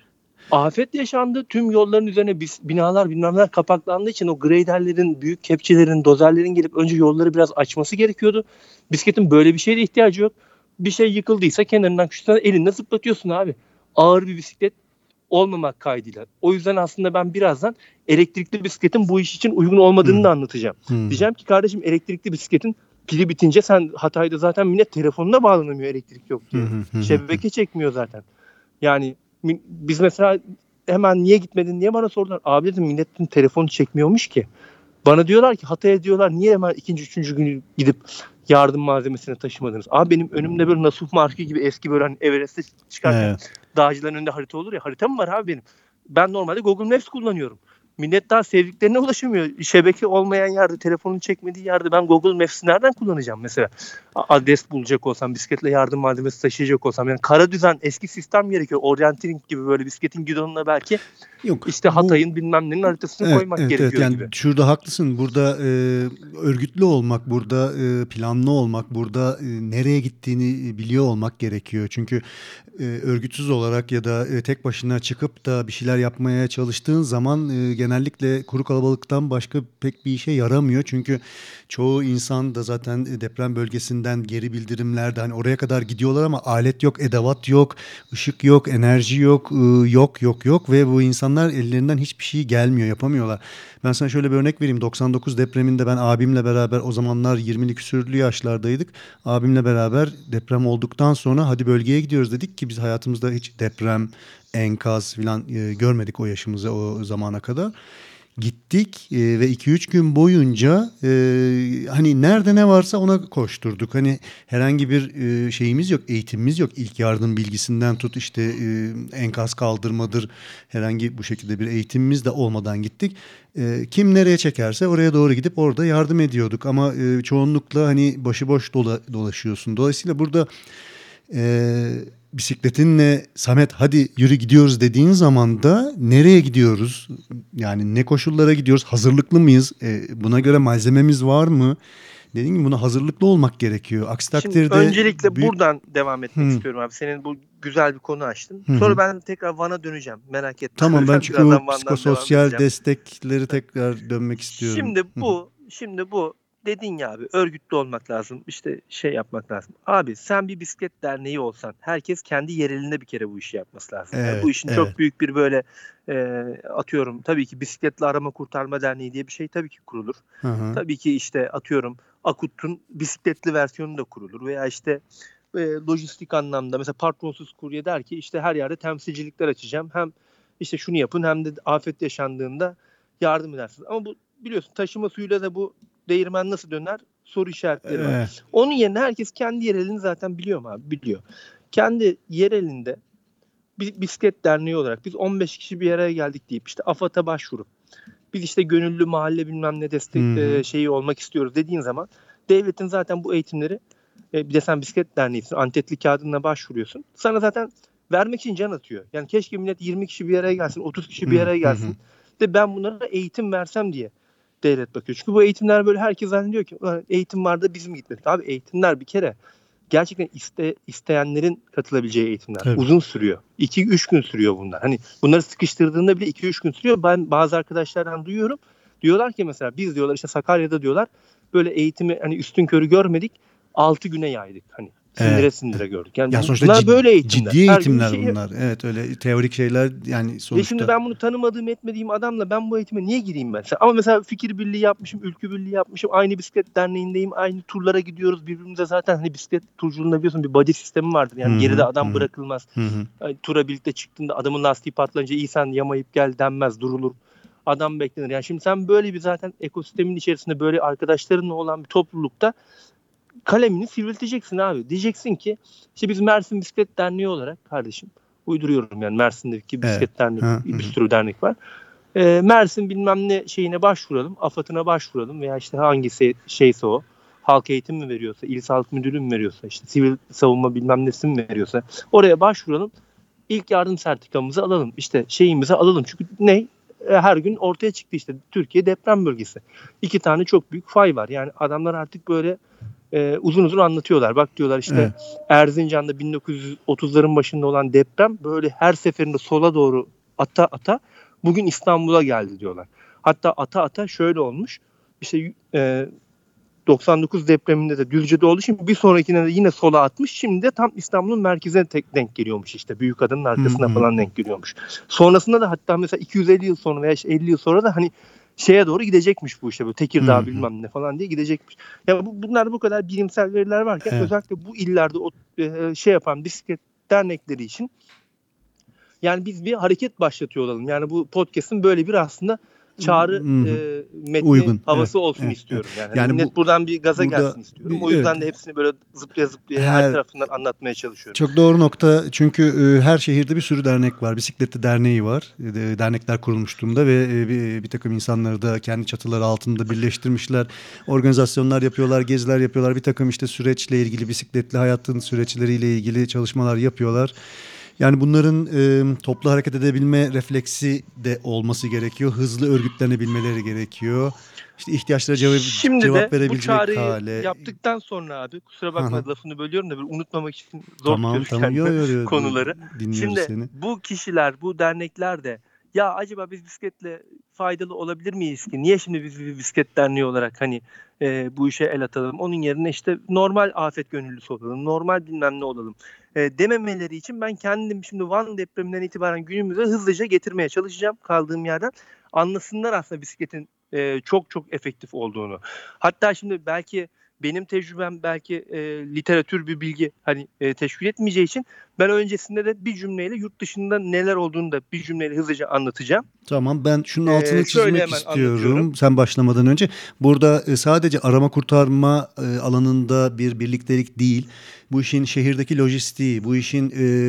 Afet yaşandı. Tüm yolların üzerine binalar bilmemler kapaklandığı için o graderlerin, büyük kepçelerin, dozerlerin gelip önce yolları biraz açması gerekiyordu. Bisikletin böyle bir şeye de ihtiyacı yok. Bir şey yıkıldıysa kenarından köşesinden elinde zıplatıyorsun abi. Ağır bir bisiklet olmamak kaydıyla. O yüzden aslında ben birazdan elektrikli bisikletin bu iş için uygun olmadığını da anlatacağım. Diyeceğim ki kardeşim elektrikli bisikletin pili bitince sen Hatay'da zaten millet telefonuna bağlanamıyor elektrik yok diye. Şebeke çekmiyor zaten. Yani biz mesela hemen niye gitmedin diye bana sordular. Abi dedim milletin telefonu çekmiyormuş ki. Bana diyorlar ki Hatay'a diyorlar niye hemen 2. 3. günü gidip yardım malzemesini taşımadınız? Abi benim önümde böyle Nasuh Markı gibi eski böyle hani Everest'e çıkarken dağcıların önünde harita olur ya, haritam var abi benim. Ben normalde Google Maps kullanıyorum. Millet daha sevdiklerine ulaşamıyor. Şebeke olmayan yerde, telefonun çekmediği yerde ben Google Maps'i nereden kullanacağım mesela? Adres bulacak olsam, bisikletle yardım malzemesi taşıyacak olsam. Yani kara düzen, eski sistem gerekiyor. Orienteering gibi böyle bisikletin gidonuna belki Yok, işte Hatay'ın bilmem nenin haritasını koymak gerekiyor yani gibi. Şurada haklısın. Burada örgütlü olmak, burada planlı olmak, burada nereye gittiğini biliyor olmak gerekiyor. Çünkü örgütsüz olarak ya da tek başına çıkıp da bir şeyler yapmaya çalıştığın zaman genellikle kuru kalabalıktan başka pek bir işe yaramıyor. Çünkü çoğu insan da zaten deprem bölgesinden geri bildirimlerde hani oraya kadar gidiyorlar ama alet yok, edevat yok, ışık yok, enerji yok, yok ve bu insanlar ellerinden hiçbir şey gelmiyor, yapamıyorlar. Ben sana şöyle bir örnek vereyim. 99 depreminde ben abimle beraber, o zamanlar 20'li küsürlü yaşlardaydık. Abimle beraber deprem olduktan sonra hadi bölgeye gidiyoruz dedik ki biz hayatımızda hiç deprem, enkaz falan görmedik o yaşımıza, o zamana kadar. Gittik ve 2-3 gün boyunca hani nerede ne varsa ona koşturduk. Hani herhangi bir şeyimiz yok, eğitimimiz yok. İlk yardım bilgisinden tut işte enkaz kaldırmadır, herhangi bu şekilde bir eğitimimiz de olmadan gittik. Kim nereye çekerse oraya doğru gidip orada yardım ediyorduk. Ama çoğunlukla hani başıboş dolaşıyorsun. Dolayısıyla burada bisikletinle Samet hadi yürü gidiyoruz dediğin zaman da nereye gidiyoruz? Yani ne koşullara gidiyoruz? Hazırlıklı mıyız? Buna göre malzememiz var mı? Dediğim gibi buna hazırlıklı olmak gerekiyor. Aksi takdirde Şimdi öncelikle buradan devam etmek istiyorum abi. Senin bu güzel bir konu açtın. Sonra ben tekrar Van'a döneceğim. Merak etme. Tamam, ben çünkü birazdan bu Van'dan psikososyal destekleri tekrar dönmek istiyorum. Şimdi bu dedin ya abi, örgütlü olmak lazım. İşte şey yapmak lazım. Abi sen bir bisiklet derneği olsan herkes kendi yerelinde bir kere bu işi yapması lazım. Yani bu işin çok büyük bir böyle atıyorum tabii ki bisikletle arama kurtarma derneği diye bir şey tabii ki kurulur. Tabii ki işte atıyorum Akut'un bisikletli versiyonu da kurulur veya işte lojistik anlamda mesela patronsuz kurye der ki işte her yerde temsilcilikler açacağım. Hem işte şunu yapın hem de afet yaşandığında yardım edersiniz. Ama bu biliyorsun taşıma suyuyla da bu değirmen nasıl döner? Soru işaretleri var. Onun yerine herkes kendi yerelini zaten biliyor mu abi? Biliyor. Kendi yerelinde bir bisiklet derneği olarak biz 15 kişi bir araya geldik deyip işte AFAD'a başvurup biz işte gönüllü mahalle bilmem ne destek şeyi olmak istiyoruz dediğin zaman devletin zaten bu eğitimleri bir de sen bisiklet derneğisin. Antetli kağıdına başvuruyorsun. Sana zaten vermek için can atıyor. Yani keşke millet 20 kişi bir araya gelsin, 30 kişi bir araya gelsin. De ben bunlara eğitim versem diye devlet bakıyor. Çünkü bu eğitimler böyle herkes zannediyor ki eğitim vardı biz mi gitmedik? Abi eğitimler bir kere gerçekten isteyenlerin katılabileceği eğitimler. Tabii. Uzun sürüyor. 2-3 gün sürüyor bunlar. Hani bunları sıkıştırdığında bile 2-3 gün sürüyor. Ben bazı arkadaşlardan duyuyorum. Diyorlar ki mesela biz diyorlar işte Sakarya'da diyorlar böyle eğitimi hani üstünkörü görmedik. 6 güne yaydık. Hani sindire Evet. sindire gördük. Yani Ya sonuçta bunlar böyle eğitimler. ciddi Her gün bir eğitimler şey. bunlar. Evet, öyle teorik şeyler yani Ve şimdi sonuçta. ben bunu tanımadığım etmediğim adamla ben bu eğitime niye gireyim ben? Ama mesela fikir birliği yapmışım, ülkü birliği yapmışım. Aynı bisiklet derneğindeyim. Aynı turlara gidiyoruz. Birbirimize zaten hani bisiklet turculuğunda biliyorsun bir body sistemi vardır. Hı Yani geride hı, adam hı bırakılmaz. hı, hı. Yani tura birlikte çıktığında adamın lastiği patlayınca iyi sen yamayıp gel denmez, durulur. Adam beklenir. Yani şimdi sen böyle bir zaten ekosistemin içerisinde böyle arkadaşlarınla olan bir toplulukta kalemini sivrilteceksin abi. Diyeceksin ki işte biz Mersin Bisiklet Derneği olarak kardeşim uyduruyorum yani Mersin'deki Evet. bisiklet dernek Hı hı, bir hı. sürü dernek var. Mersin bilmem ne şeyine başvuralım, AFAD'ına başvuralım veya işte hangisi şeyse o. Halk eğitim mi veriyorsa, il sağlık müdürlüğü mü veriyorsa, işte sivil savunma bilmem nesi mi veriyorsa oraya başvuralım. İlk yardım sertifikamızı alalım. İşte şeyimizi alalım. Çünkü ne? Her gün ortaya çıktı işte Türkiye deprem bölgesi. 2 tane çok büyük fay var. Yani adamlar artık böyle uzun uzun anlatıyorlar. Bak diyorlar işte Evet. Erzincan'da 1930'ların başında olan deprem böyle her seferinde sola doğru ata ata bugün İstanbul'a geldi diyorlar. Hatta ata ata şöyle olmuş. İşte 99 depreminde de Düzce'de olduğu için bir sonrakine de yine sola atmış. Şimdi de tam İstanbul'un merkezine denk geliyormuş işte. Büyükada'nın Hı arkasına hı. falan denk geliyormuş. Sonrasında da hatta mesela 250 yıl sonra veya işte 50 yıl sonra da hani şeye doğru gidecekmiş bu işte böyle Hı Tekirdağ hı. bilmem ne falan diye gidecekmiş. Ya bunlar bu kadar bilimsel veriler varken Evet. özellikle bu illerde şey yapan bisiklet dernekleri için yani biz bir hareket başlatıyor olalım. Yani bu podcast'ın böyle bir aslında çağrı Hı hı. metni Uygun. Evet. havası olsun Evet. Evet. istiyorum. Yani hani Yani millet buradan bir gaza burada gelsin istiyorum. O evet, yüzden de hepsini böyle zıplaya zıplaya her her tarafından anlatmaya çalışıyorum. çok doğru nokta çünkü her şehirde bir sürü dernek var. Bisikletli derneği var. Dernekler kurulmuş durumda ve bir takım insanları da kendi çatıları altında birleştirmişler. Organizasyonlar yapıyorlar, geziler yapıyorlar. Bir takım işte süreçle ilgili bisikletli hayatın süreçleriyle ilgili çalışmalar yapıyorlar. Yani bunların toplu hareket edebilme refleksi de olması gerekiyor. Hızlı örgütlenebilmeleri gerekiyor. İşte ihtiyaçlara Şimdi de cevap bu verebilecek çağrıyı hale. yaptıktan sonra abi kusura bakma lafını bölüyorum da bir unutmamak için zor Tamam tutuyoruz tamam. Yo kendime yo yo, konuları. dinliyoruz Şimdi seni. bu kişiler, bu dernekler de ya acaba biz bisikletle faydalı olabilir miyiz ki? Niye şimdi biz bir bisiklet derneği olarak hani bu işe el atalım? Onun yerine işte normal afet gönüllüsü olalım, normal bilmem ne olalım dememeleri için ben kendim şimdi Van depreminden itibaren günümüze hızlıca getirmeye çalışacağım kaldığım yerden. Anlasınlar aslında bisikletin çok çok efektif olduğunu. Hatta şimdi belki benim tecrübem belki literatür bir bilgi hani teşkil etmeyeceği için ben öncesinde de bir cümleyle yurt dışında neler olduğunu da bir cümleyle hızlıca anlatacağım. Tamam, ben şunun altını Şöyle çizmek hemen anlatıyorum. istiyorum sen başlamadan önce. Burada sadece arama kurtarma alanında bir birliktelik değil. Bu işin şehirdeki lojistiği, bu işin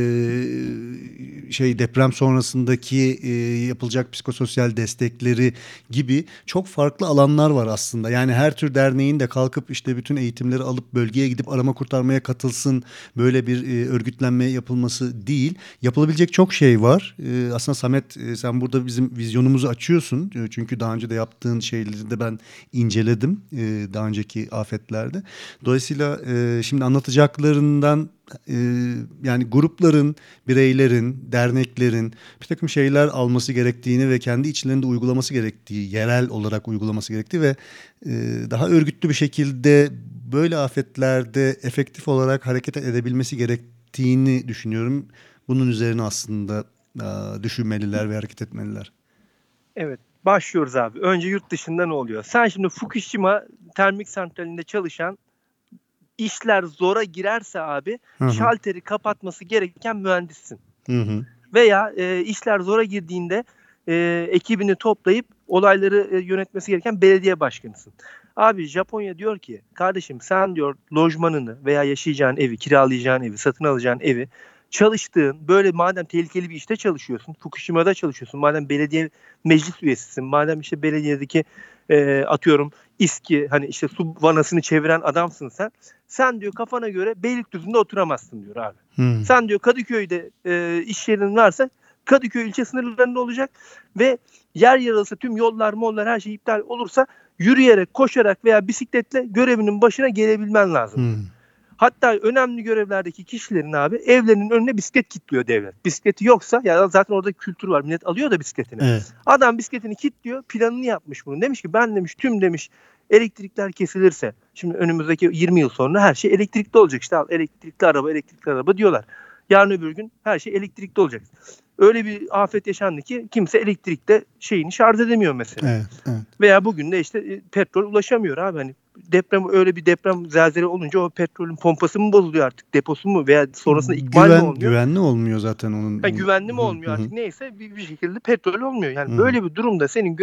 deprem sonrasındaki yapılacak psikososyal destekleri gibi çok farklı alanlar var aslında. Yani her tür derneğin de kalkıp işte bütün eğitimleri alıp bölgeye gidip arama kurtarmaya katılsın, böyle bir örgütlenme yapılması değil. Yapılabilecek çok şey var. Aslında Samet, sen burada bizim vizyonumuzu açıyorsun. Çünkü daha önce de yaptığın şeyleri de ben inceledim daha önceki afetlerde. Dolayısıyla şimdi anlatacaklarından yani grupların, bireylerin, derneklerin bir takım şeyler alması gerektiğini ve kendi içlerinde uygulaması gerektiği, yerel olarak uygulaması gerektiği ve daha örgütlü bir şekilde böyle afetlerde efektif olarak hareket edebilmesi gerektiğini düşünüyorum. Bunun üzerine aslında düşünmeliler ve hareket etmeliler. Evet, başlıyoruz abi. Önce yurt dışında ne oluyor? Sen şimdi Fukushima termik santralinde çalışan işler zora girerse abi Hı hı. şalteri kapatması gereken mühendissin. Hı hı. Veya işler zora girdiğinde ekibini toplayıp olayları yönetmesi gereken belediye başkanısın. Abi Japonya diyor ki kardeşim sen diyor lojmanını veya yaşayacağın evi, kiralayacağın evi, satın alacağın evi çalıştığın böyle madem tehlikeli bir işte çalışıyorsun, Fukushima'da çalışıyorsun, madem belediye meclis üyesisin, madem işte belediyedeki atıyorum İSKİ hani işte su vanasını çeviren adamsın sen diyor kafana göre Beylikdüzü'nde oturamazsın diyor abi. Hı. Sen diyor Kadıköy'de iş yerin varsa Kadıköy ilçe sınırlarında olacak ve yer yarılsa tüm yollar mollar her şey iptal olursa yürüyerek, koşarak veya bisikletle görevinin başına gelebilmen lazım Hı. diyor. Hatta önemli görevlerdeki kişilerin abi evlerinin önüne bisiklet kilitliyor devlet. Bisikleti yoksa ya zaten orada kültür var. Millet alıyor da bisikletini. Evet. Adam bisikletini kilitliyor. Planını yapmış bunu. Demiş ki ben demiş tüm demiş Elektrikler kesilirse, şimdi önümüzdeki 20 yıl sonra her şey elektrikli olacak. İşte elektrikli araba diyorlar. Yarın öbür gün her şey elektrikli olacak. Öyle bir afet yaşandı ki kimse elektrikte şeyini şarj edemiyor mesela. Evet, evet. Veya bugün de işte petrol ulaşamıyor abi. Hani öyle bir deprem zelzele olunca o petrolün pompası mı bozuluyor artık, deposu mu, veya sonrasında ikmal mi olmuyor? Güvenli olmuyor zaten onun. Güvenli mi olmuyor artık, neyse bir şekilde petrol olmuyor. Yani böyle bir durumda senin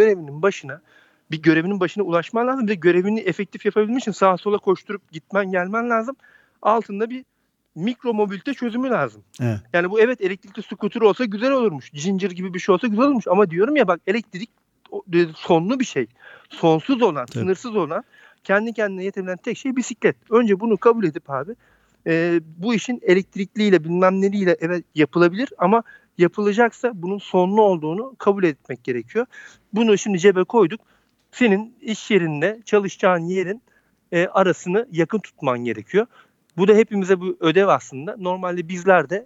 görevinin başına ulaşman lazım. Bir de görevini efektif yapabilmek için sağa sola koşturup gitmen gelmen lazım. Altında bir mikro mobilite çözümü lazım. Evet. Yani bu evet elektrikli scooter olsa güzel olurmuş. Ginger gibi bir şey olsa güzel olurmuş. Ama diyorum ya bak, elektrik sonlu bir şey. Sonsuz olan, Tabii. sınırsız olan, kendi kendine yetebilen tek şey bisiklet. Önce bunu kabul edip abi, bu işin elektrikliyle bilmem neliyle evet yapılabilir ama yapılacaksa bunun sonlu olduğunu kabul etmek gerekiyor. Bunu şimdi cebe koyduk. Senin iş yerinde çalışacağın yerin arasını yakın tutman gerekiyor. Bu da hepimize bu ödev aslında. Normalde bizler de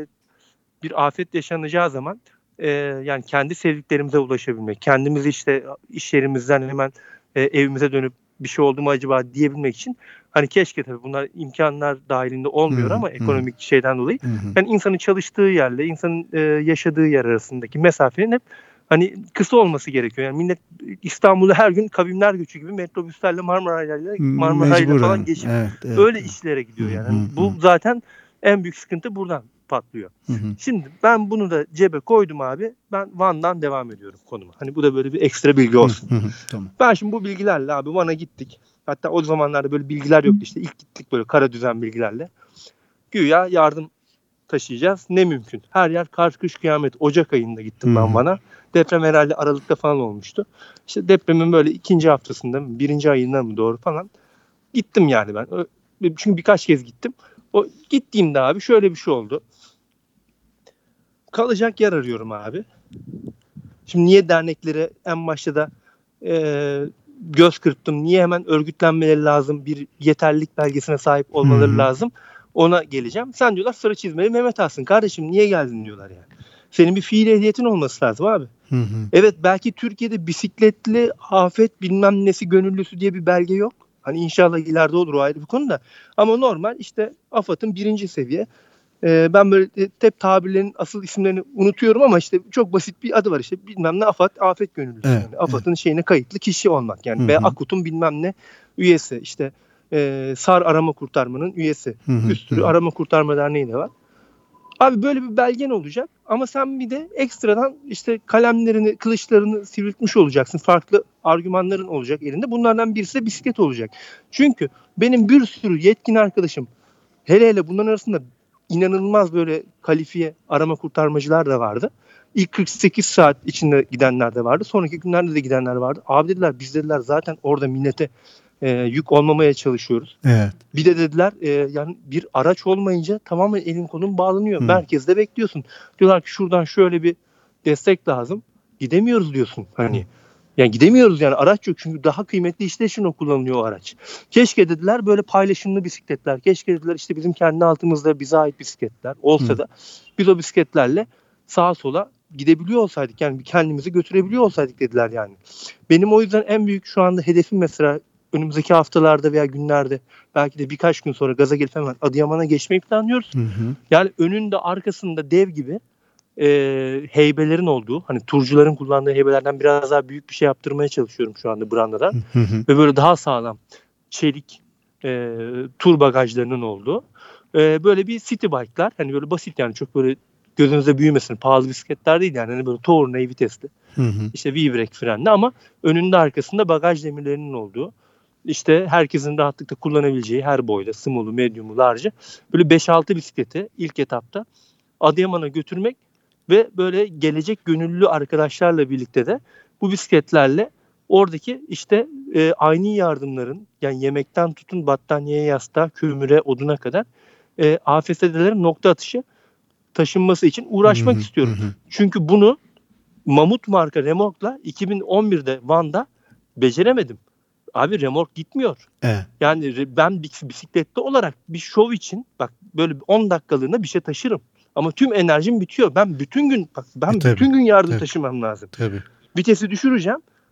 bir afet yaşanacağı zaman yani kendi sevdiklerimize ulaşabilmek, kendimizi işte iş yerimizden hemen evimize dönüp bir şey oldu mu acaba diyebilmek için, hani keşke, tabii bunlar imkanlar dahilinde olmuyor ama ekonomik şeyden dolayı yani insanın çalıştığı yerle insanın yaşadığı yer arasındaki mesafenin hep hani kısa olması gerekiyor. Yani millet İstanbul'da her gün kavimler göçü gibi metrobüslerle Marmaray'la falan geçip evet, öyle işlere gidiyor yani. Bu zaten en büyük sıkıntı buradan patlıyor. Şimdi ben bunu da cebe koydum abi. Ben Van'dan devam ediyorum konuma. Hani bu da böyle bir ekstra bilgi olsun. Tamam. Ben şimdi bu bilgilerle abi Van'a gittik. Hatta o zamanlarda böyle bilgiler yoktu işte. İlk gittik böyle kara düzen bilgilerle. Güya yardım taşıyacağız. Ne mümkün. Her yer kar kış kıyamet. Ocak ayında gittim ben Van'a. Deprem herhalde Aralık'ta falan olmuştu. İşte depremin böyle ikinci haftasında mı, birinci ayında mı doğru falan gittim yani ben. Çünkü birkaç kez gittim. O gittiğimde abi şöyle bir şey oldu. Kalacak yer arıyorum abi. Şimdi niye derneklere en başta da göz kırptım? Niye hemen örgütlenmeleri lazım? Bir yeterlilik belgesine sahip olmaları lazım. Ona geleceğim. Sen diyorlar sarı çizmeli Mehmet Asın. Kardeşim niye geldin diyorlar yani. Senin bir fiil ehliyetin olması lazım abi. Evet, belki Türkiye'de bisikletli afet bilmem nesi gönüllüsü diye bir belge yok. Hani inşallah ileride olur, o ayrı bir konu da. Ama normal işte AFAD'ın 1. seviye. Ben böyle hep tabirlerin asıl isimlerini unutuyorum ama işte çok basit bir adı var, işte bilmem ne AFAD, afet gönüllüsü. Evet, yani AFAD'ın şeyine kayıtlı kişi olmak yani. Veya AKUT'un bilmem ne üyesi, işte SAR arama kurtarmanın üyesi. Bir sürü arama kurtarma derneği de var. Abi böyle bir belgen olacak ama sen bir de ekstradan işte kalemlerini, kılıçlarını sivriltmiş olacaksın. Farklı argümanların olacak elinde. Bunlardan birisi de bisiklet olacak. Çünkü benim bir sürü yetkin arkadaşım, hele bunların arasında inanılmaz böyle kalifiye arama kurtarmacılar da vardı. İlk 48 saat içinde gidenler de vardı. Sonraki günlerde de gidenler vardı. Abi dediler, biz dediler zaten orada millete yük olmamaya çalışıyoruz. Evet. Bir de dediler yani bir araç olmayınca tamamen elin kolun bağlanıyor. Merkezde bekliyorsun. Diyorlar ki şuradan şöyle bir destek lazım. Gidemiyoruz diyorsun hani. Yani gidemiyoruz yani, araç yok çünkü daha kıymetli işler için o kullanılıyor o araç. Keşke dediler böyle paylaşımlı bisikletler, keşke dediler işte bizim kendi altımızda bize ait bisikletler olsa da biz o bisikletlerle sağa sola gidebiliyor olsaydık, yani kendimizi götürebiliyor olsaydık dediler yani. Benim o yüzden en büyük şu anda hedefim mesela önümüzdeki haftalarda veya günlerde, belki de birkaç gün sonra gaza gelip hemen Adıyaman'a geçmeyi planlıyoruz. Yani önünde arkasında dev gibi heybelerin olduğu, hani turcuların kullandığı heybelerden biraz daha büyük bir şey yaptırmaya çalışıyorum şu anda brandadan. Ve böyle daha sağlam çelik tur bagajlarının olduğu böyle bir city bike'lar, hani böyle basit yani, çok böyle gözünüze büyümesin, pahalı bisikletler değil yani, hani böyle Tournai vitesli, işte V-brake frenli ama önünde arkasında bagaj demirlerinin olduğu, işte herkesin rahatlıkla kullanabileceği her boyda, small'u, medium'u, large'ı böyle 5-6 bisikleti ilk etapta Adıyaman'a götürmek ve böyle gelecek gönüllü arkadaşlarla birlikte de bu bisikletlerle oradaki işte aynı yardımların, yani yemekten tutun battaniyeye, yastığa, kömüre, oduna kadar AFS'lerin nokta atışı taşınması için uğraşmak istiyorum. Çünkü bunu Mamut marka remorkla 2011'de Van'da beceremedim. Abi remork gitmiyor. Yani ben bisikletli olarak bir şov için bak böyle 10 dakikalığına bir şey taşırım. Ama tüm enerjim bitiyor. Ben bütün gün bütün gün yardım taşımam lazım. Vitesi düşüreceğim.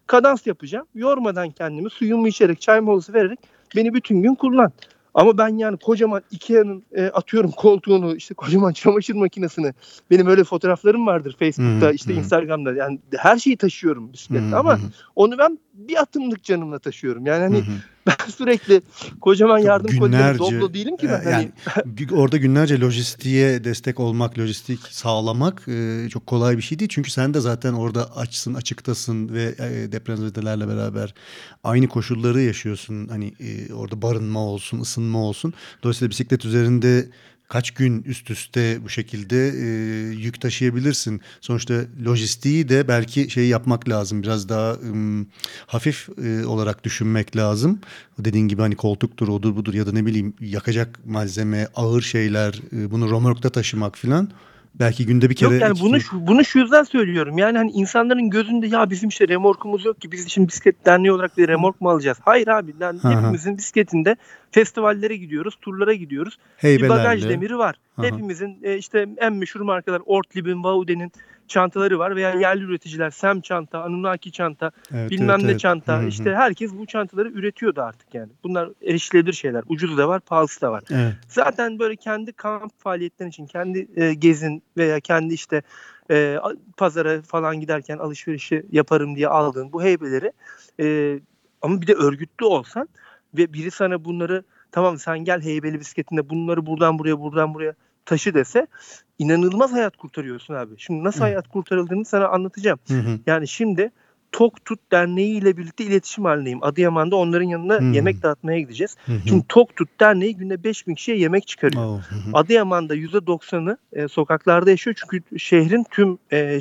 Kadans yapacağım. Yormadan kendimi, suyumu içerek, çay molası vererek beni bütün gün kullan. Ama ben yani kocaman Ikea'nın atıyorum koltuğunu, işte kocaman çamaşır makinesini, benim öyle fotoğraflarım vardır Facebook'ta, işte Instagram'da, yani her şeyi taşıyorum bisiklette ama onu ben bir atımlık canımla taşıyorum. Yani hani ben sürekli kocaman yardım kolileri Doblo değilim ki ben. Yani orada günlerce lojistiğe destek olmak, lojistik sağlamak çok kolay bir şey değil. Çünkü sen de zaten orada açıktasın ve depremzedelerle beraber aynı koşulları yaşıyorsun. Hani orada barınma olsun, ısınma olsun. Dolayısıyla bisiklet üzerinde kaç gün üst üste bu şekilde yük taşıyabilirsin. Sonuçta lojistiği de belki yapmak lazım. Biraz daha hafif olarak düşünmek lazım. Dediğin gibi hani koltuktur, odur budur ya da ne bileyim yakacak malzeme, ağır şeyler, bunu römorkta taşımak filan. Belki günde bir kere... Yok yani bunu şu yüzden söylüyorum. Yani hani insanların gözünde ya bizim işte remorkumuz yok ki, biz şimdi bisiklet derneği olarak bir remork mu alacağız? Hayır abi, yani hepimizin bisikletinde festivallere gidiyoruz, turlara gidiyoruz. Bir bagaj demiri var. Hepimizin işte en meşhur markalar Ortlieb'in, Vaude'nin çantaları var veya yerli üreticiler Sem çanta, Anunnaki çanta, bilmem ne çanta. İşte herkes bu çantaları üretiyordu artık yani. Bunlar erişilebilir şeyler. Ucuzu da var, pahalısı da var. Evet. Zaten böyle kendi kamp faaliyetlerin için, kendi gezin veya kendi işte pazara falan giderken alışverişi yaparım diye aldığın bu heybeleri ama bir de örgütlü olsan ve biri sana bunları, tamam sen gel heybeli bisikletinde bunları buradan buraya taşı dese, inanılmaz hayat kurtarıyorsun abi. Şimdi nasıl hayat kurtarıldığını sana anlatacağım. Yani şimdi Tok Tut Derneği ile birlikte iletişim halindeyim. Adıyaman'da onların yanına yemek dağıtmaya gideceğiz. Şimdi Tok Tut Derneği günde 5.000 kişiye yemek çıkarıyor. Adıyaman'da %90'ı sokaklarda yaşıyor. Çünkü şehrin tüm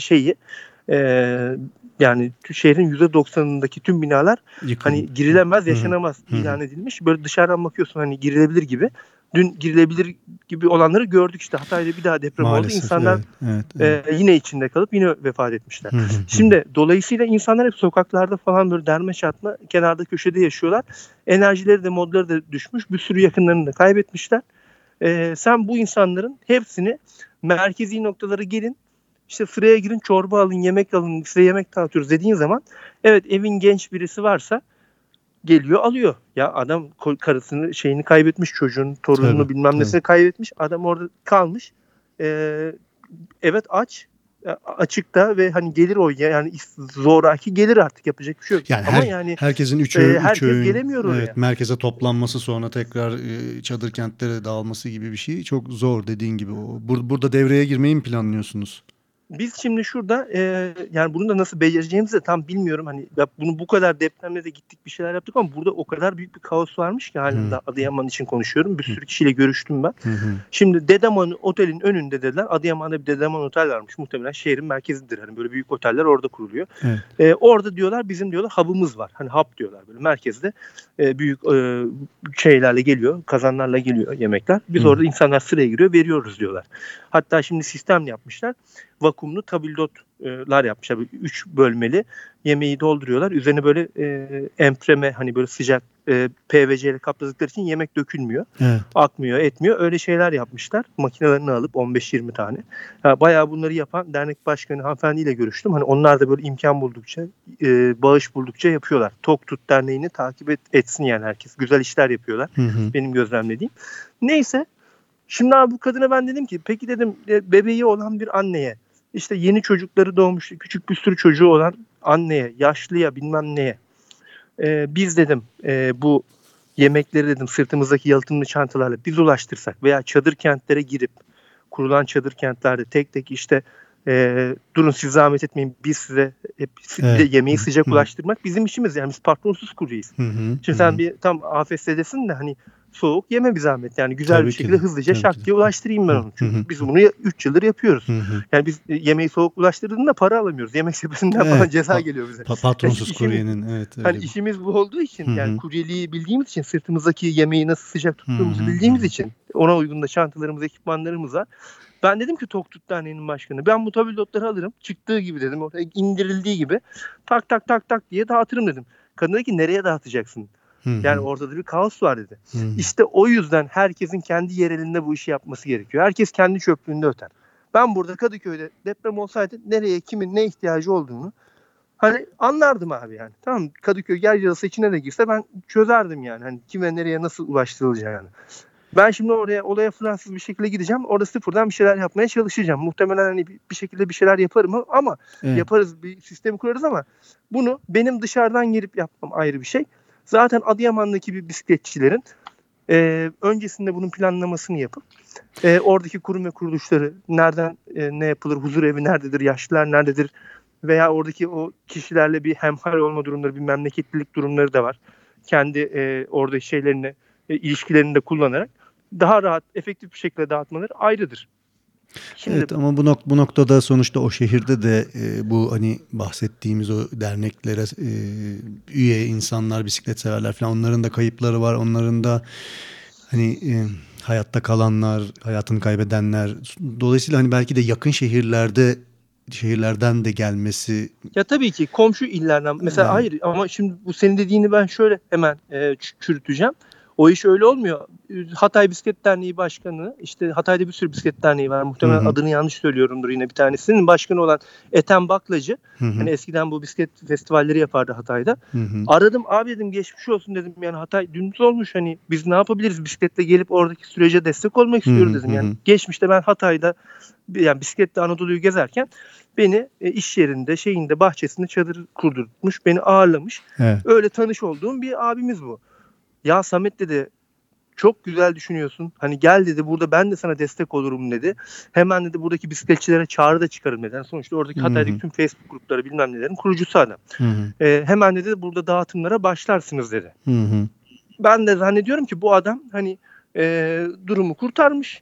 yani şehrin %90'ındaki tüm binalar hani girilemez, yaşanamaz ilan edilmiş. Böyle dışarıdan bakıyorsun hani girilebilir gibi. Dün girilebilir gibi olanları gördük işte. Hatay'da bir daha deprem oldu. İnsanlar yine içinde kalıp yine vefat etmişler. Şimdi dolayısıyla insanlar hep sokaklarda falan böyle derme çatma kenarda köşede yaşıyorlar. Enerjileri de modları da düşmüş. Bir sürü yakınlarını da kaybetmişler. Sen bu insanların hepsini merkezi noktalara gelin, işte sıraya girin, çorba alın, yemek alın, size yemek dağıtıyoruz dediğin zaman, evet evin genç birisi varsa geliyor alıyor. Ya adam karısını şeyini kaybetmiş, çocuğun torununu bilmem nesini kaybetmiş. Adam orada kalmış. Evet açıkta ve hani gelir o yani zoraki gelir, artık yapacak bir şey yok. Yani ama yani herkesin herkes gelemiyor oraya. Evet, merkeze toplanması, sonra tekrar çadır kentlere dağılması gibi bir şey çok zor, dediğin gibi. Burada devreye girmeyi mi planlıyorsunuz? Biz şimdi şurada yani bunu da nasıl becereceğimizi de tam bilmiyorum. Hani bunu bu kadar depremde de gittik, bir şeyler yaptık ama burada o kadar büyük bir kaos varmış ki halinde. Adıyaman için konuşuyorum. Bir sürü kişiyle görüştüm ben. Şimdi Dedeman Otel'in önünde dediler. Adıyaman'da bir Dedeman Otel varmış. Muhtemelen şehrin merkezidir. Hani böyle büyük oteller orada kuruluyor. Orada diyorlar bizim diyorlar hub'ımız var. Hani hub diyorlar, böyle merkezde büyük şeylerle geliyor. Kazanlarla geliyor yemekler. Biz orada insanlar sıraya giriyor, veriyoruz diyorlar. Hatta şimdi sistem yapmışlar. Vakumlu tabildotlar yapmışlar. 3 bölmeli yemeği dolduruyorlar. Üzerine böyle empreme, hani böyle sıcak PVC ile kapladıkları için yemek dökülmüyor. Akmıyor, etmiyor. Öyle şeyler yapmışlar. Makinelerini alıp 15-20 tane. Bayağı bunları yapan dernek başkanı hanımefendiyle görüştüm. Hani onlar da böyle imkan buldukça, bağış buldukça yapıyorlar. Tok Tut Derneği'ni takip etsin yani herkes. Güzel işler yapıyorlar. Benim gözlemlediğim. Neyse. Şimdi abi bu kadına ben dedim ki, peki dedim bebeği olan bir anneye, işte yeni çocukları doğmuş küçük bir sürü çocuğu olan anneye, yaşlıya, bilmem neye biz dedim bu yemekleri dedim sırtımızdaki yalıtımlı çantalarla biz ulaştırsak veya çadır kentlere girip, kurulan çadır kentlerde tek tek işte durun siz zahmet etmeyin, biz size hep yemeği sıcak ulaştırmak bizim işimiz, yani biz patronsuz kuryeyiz. Şimdi sen bir tam AFS'desin de hani soğuk yeme bir zahmet, yani güzel Tabii bir şekilde hızlıca şak diye ulaştırayım ben onu. Çünkü biz bunu 3 yıldır yapıyoruz. Yani biz yemeği soğuk ulaştırdığında para alamıyoruz. Yemek sepetinden falan ceza geliyor bize. Patronsuz kuryenin öyle. Hani işimiz bu olduğu için yani kuryeliği bildiğimiz için, sırtımızdaki yemeği nasıl sıcak tuttuğumuzu bildiğimiz için ona uygun da çantalarımız, ekipmanlarımız var. Ben dedim ki Tok Tut Derneği'nin başkanı, ben bu tabildotları alırım, çıktığı gibi dedim, oraya indirildiği gibi tak tak tak tak diye dağıtırım dedim. Kadın dedi ki nereye dağıtacaksın? Yani ortada bir kaos var dedi. İşte o yüzden herkesin kendi yerelinde bu işi yapması gerekiyor. Herkes kendi çöplüğünde öter. Ben burada Kadıköy'de deprem olsaydı nereye, kimin ne ihtiyacı olduğunu Hani anlardım abi yani. Tamam, Kadıköy Gergeadası içine de girse ben çözerdim yani. Hani kime nereye nasıl ulaştırılacağını. Ben şimdi oraya olaya Fransız bir şekilde gideceğim. Orada sıfırdan bir şeyler yapmaya çalışacağım. Muhtemelen hani bir şekilde bir şeyler yaparım ama Evet. yaparız, bir sistemi kurarız ama bunu benim dışarıdan gelip yapmam ayrı bir şey. Zaten Adıyaman'daki bir bisikletçilerin öncesinde bunun planlamasını yapıp oradaki kurum ve kuruluşları nereden ne yapılır, huzur evi nerededir, yaşlılar nerededir veya oradaki o kişilerle bir hemhal olma durumları, bir memleketlilik durumları da var. Kendi orada şeylerini, ilişkilerini de kullanarak daha rahat, efektif bir şekilde dağıtmaları ayrıdır. Şimdi Evet, ama bu noktada sonuçta o şehirde de bu hani bahsettiğimiz o derneklere üye insanlar, bisiklet severler falan, onların da kayıpları var. Onların da hani hayatta kalanlar, hayatını kaybedenler. Dolayısıyla hani belki de yakın şehirlerden de gelmesi. ya tabii ki komşu illerden mesela, Evet. hayır ama şimdi bu senin dediğini ben şöyle hemen çürüteceğim. O iş öyle olmuyor. Hatay Bisiklet Derneği Başkanı, işte Hatay'da bir sürü bisiklet derneği var. Hı Muhtemelen hı. adını yanlış söylüyorumdur yine bir tanesinin. Başkanı olan Ethem Baklacı. Hı hı. Hani eskiden bu bisiklet festivalleri yapardı Hatay'da. Hı hı. Aradım, abi dedim, geçmiş olsun dedim. Yani Hatay dümdüz olmuş, hani biz ne yapabiliriz? Bisikletle gelip oradaki sürece destek olmak Hı hı. istiyoruz dedim. Hı Yani hı. geçmişte ben Hatay'da yani bisikletle Anadolu'yu gezerken beni iş yerinde, şeyinde, bahçesinde çadır kurdurtmuş, beni ağırlamış. Evet. Öyle tanış olduğum bir abimiz bu. Ya Samet dedi, çok güzel düşünüyorsun. Hani gel dedi, burada ben de sana destek olurum dedi. Hemen dedi buradaki bisikletçilere çağrı da çıkarım dedi. Yani sonuçta oradaki Hı Hatay'daki hı. tüm Facebook grupları bilmem nelerin kurucusu adam. Hı hı. Hemen dedi burada dağıtımlara başlarsınız dedi. Hı hı. Ben de zannediyorum ki bu adam hani durumu kurtarmış.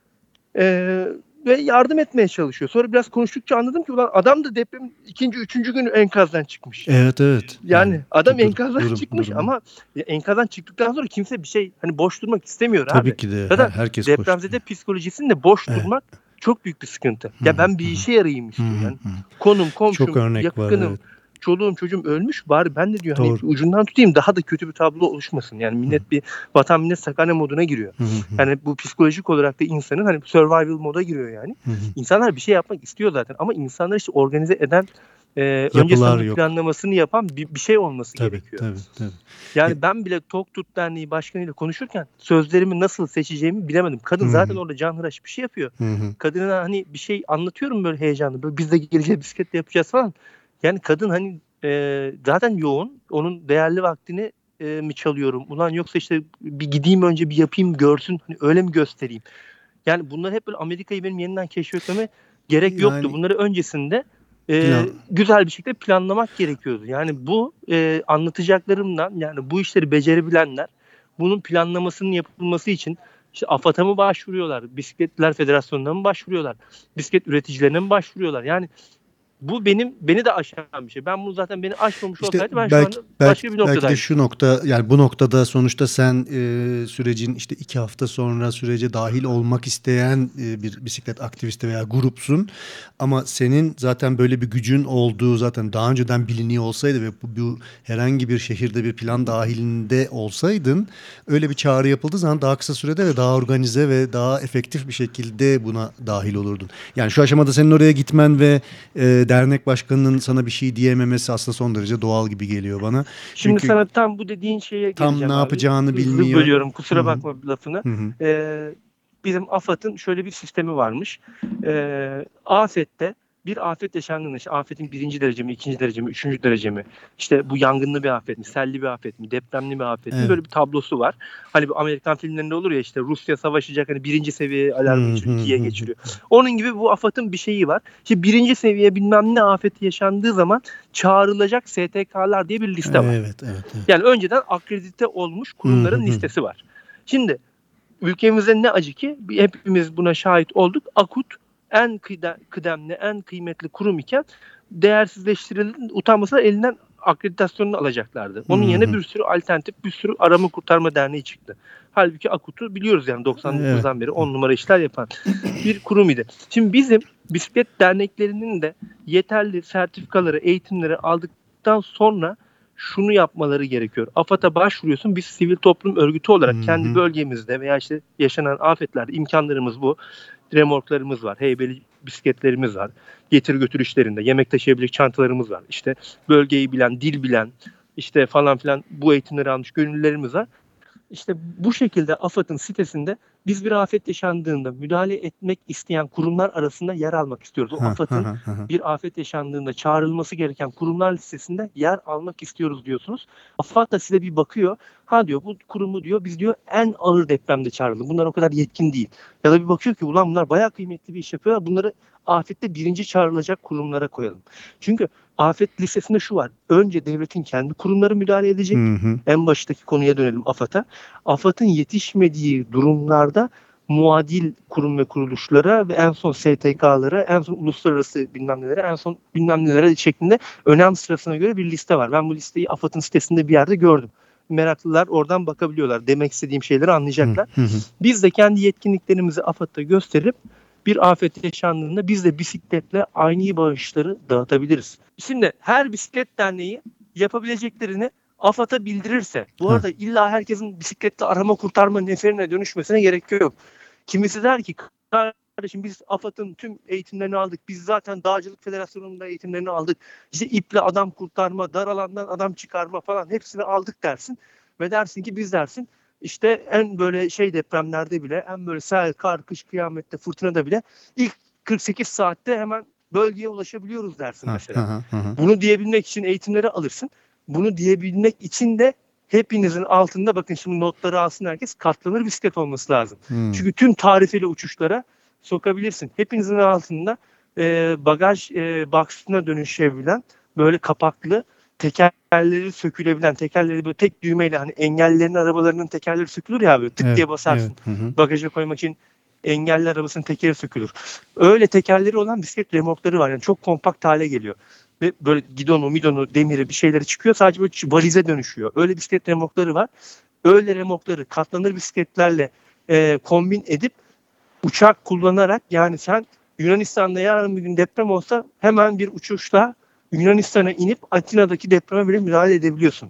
Ve yardım etmeye çalışıyor. Sonra biraz konuştukça anladım ki ulan adam da depremin ikinci, üçüncü günü enkazdan çıkmış. Evet, evet. Yani Yani adam dur, enkazdan çıkmış durum. ama enkazdan çıktıktan sonra kimse bir şey hani boş durmak istemiyor Tabii abi. ki de Zaten herkes koşturuyor. depremzede psikolojisinde boş Evet. durmak çok büyük bir sıkıntı. Hı Ya hı. ben bir Hı hı. işe yarayayım Hı istiyor. hı. Yani Hı. konum, Çok komşum, örnek var, yakınım, evet. çoluğum çocuğum ölmüş, bari ben de diyor hani Doğru. ucundan tutayım, daha da kötü bir tablo oluşmasın. Yani Hı hı. millet bir vatan millet sakane moduna giriyor. Hı hı. Yani bu psikolojik olarak da insanın hani survival moda giriyor yani. Hı hı. İnsanlar bir şey yapmak istiyor zaten ama insanlar işte organize eden, öncesinde Yapılar bunun yok. planlamasını yapan bir şey olması Tabii, gerekiyor. tabii, tabii. Yani ben bile Tok Tut Derneği Başkanı'yla konuşurken sözlerimi nasıl seçeceğimi bilemedim. Hı Kadın zaten hı. orada canhıraş bir şey yapıyor. Hı hı. Kadına hani bir şey anlatıyorum böyle heyecanlı. Böyle biz de geleceğiz, bisikletle yapacağız falan. Yani kadın hani zaten yoğun. Onun değerli vaktini mi çalıyorum? Ulan yoksa işte bir gideyim önce bir yapayım görsün. Hani öyle mi göstereyim? Yani bunlar hep böyle Amerika'yı benim yeniden keşfetmeme gerek yoktu. Yani Bunları öncesinde plan güzel bir şekilde planlamak gerekiyordu. Yani bu anlatacaklarımdan, yani bu işleri becerebilenler bunun planlamasının yapılması için işte AFAD'a mı başvuruyorlar, Bisikletler Federasyonu'na mı başvuruyorlar, bisiklet üreticilerine mi başvuruyorlar? Yani bu beni de aşan bir şey. Ben bunu zaten beni aşmamış İşte olsaydı ben şu anda başka bir belki de noktadaydım. şu nokta, yani bu noktada sonuçta sen sürecin işte 2 hafta sonra sürece dahil olmak isteyen bir bisiklet aktivisti veya grupsun, ama senin zaten böyle bir gücün olduğu zaten daha önceden biliniyor olsaydı ve bu herhangi bir şehirde bir plan dahilinde olsaydın, öyle bir çağrı yapıldığı zaman daha kısa sürede ve daha organize ve daha efektif bir şekilde buna dahil olurdun. Yani şu aşamada senin oraya gitmen ve dernek başkanının sana bir şey diyememesi aslında son derece doğal gibi geliyor bana. Şimdi Çünkü sana tam bu dediğin şeye tam ne geleceğim abi. yapacağını Hızlı bilmiyor. bölüyorum, Hı kusura hı. bakma lafını. Hı hı. Bizim AFAD'ın şöyle bir sistemi varmış. Afette bir afet yaşandığında, işte afetin birinci derece mi, ikinci derece mi, üçüncü derece mi, işte bu yangınlı bir afet mi, selli bir afet mi, depremli bir afet mi, Evet. böyle bir tablosu var. Hani bu Amerikan filmlerinde olur ya, işte Rusya savaşacak, hani birinci seviye Hı alarmı hı geçiriyor, ikiye hı hı. geçiriyor. Onun gibi bu AFAD'ın bir şeyi var. İşte birinci seviye bilmem ne afeti yaşandığı zaman çağrılacak STK'lar diye bir liste var. Evet, evet, evet. Yani önceden akredite olmuş Hı hı kurumların hı. listesi var. Şimdi ülkemizde ne acı ki hepimiz buna şahit olduk. Akut en kıdemli, en kıymetli kurum iken değersizleştirildi, utanmasına elinden akreditasyonunu alacaklardı. Hı Onun yerine hı. bir sürü alternatif, bir sürü arama kurtarma derneği çıktı. Halbuki Akut'u biliyoruz yani Evet. 99'dan beri 10 numara işler yapan bir kurum idi. Şimdi bizim bisiklet derneklerinin de yeterli sertifikaları, eğitimleri aldıktan sonra şunu yapmaları gerekiyor. AFAD'a başvuruyorsun. Biz sivil toplum örgütü Hı olarak kendi hı. bölgemizde veya işte yaşanan afetlerde imkanlarımız bu. Remorklarımız var. Heybeli bisikletlerimiz var. Getir götür işlerinde yemek taşıyabilecek çantalarımız var. İşte bölgeyi bilen, dil bilen, işte falan filan bu eğitimleri almış gönüllülerimiz var. İşte bu şekilde AFAD'ın sitesinde biz bir afet yaşandığında müdahale etmek isteyen kurumlar arasında yer almak istiyoruz. O AFAD'ın bir afet yaşandığında çağrılması gereken kurumlar listesinde yer almak istiyoruz diyorsunuz. AFAD da size bir bakıyor. Ha diyor bu kurumu diyor biz diyor en ağır depremde çağrıldı. Bunlar o kadar yetkin değil. Ya da bir bakıyor ki ulan bunlar bayağı kıymetli bir iş yapıyorlar. Bunları afette birinci çağrılacak kurumlara koyalım. Çünkü afet listesinde şu var. Önce devletin kendi kurumları müdahale edecek. En baştaki konuya dönelim AFAD'a. AFAD'ın yetişmediği durumlarda muadil kurum ve kuruluşlara ve en son STK'lara, en son uluslararası bilmem nelere, en son bilmem nelere şeklinde önem sırasına göre bir liste var. Ben bu listeyi AFAD'ın sitesinde bir yerde gördüm. Meraklılar oradan bakabiliyorlar. Demek istediğim şeyleri anlayacaklar. Biz de kendi yetkinliklerimizi AFAD'da gösterip bir afet yaşandığında biz de bisikletle aynı bağışları dağıtabiliriz. Şimdi her bisiklet derneği yapabileceklerini AFAD'a bildirirse, bu arada illa herkesin bisikletle arama kurtarma neferine dönüşmesine gerek yok. Kimisi der ki kardeşim biz AFAD'ın tüm eğitimlerini aldık. Biz zaten Dağcılık Federasyonu'nda eğitimlerini aldık. İşte iple adam kurtarma, dar alandan adam çıkarma falan hepsini aldık dersin. Ve dersin ki biz dersin işte en böyle depremlerde bile, en böyle sel, kar, kış, kıyamette, fırtınada bile ilk 48 saatte hemen bölgeye ulaşabiliyoruz dersin mesela. Bunu diyebilmek için eğitimleri alırsın. Bunu diyebilmek için de hepinizin altında bakın şimdi notları alsın herkes katlanır bisiklet olması lazım. Çünkü tüm tarifeli uçuşlara sokabilirsin. Hepinizin altında bagaj box'ına dönüşebilen böyle kapaklı tekerleri sökülebilen, tekerleri böyle tek düğmeyle hani engellilerin arabalarının tekerleri sökülür ya böyle tık diye basarsın. Bagaja koymak için engelli arabasının tekeri sökülür. Öyle tekerleri olan bisiklet remorkları var. Yani çok kompakt hale geliyor. Ve böyle midonu, demiri bir şeyleri çıkıyor. Sadece böyle valize dönüşüyor. Öyle bisiklet remorkları var. Öyle remorkları katlanır bisikletlerle kombin edip uçak kullanarak yani sen Yunanistan'da yarın bir gün deprem olsa hemen bir uçuşla Yunanistan'a inip Atina'daki depreme bile müdahale edebiliyorsun.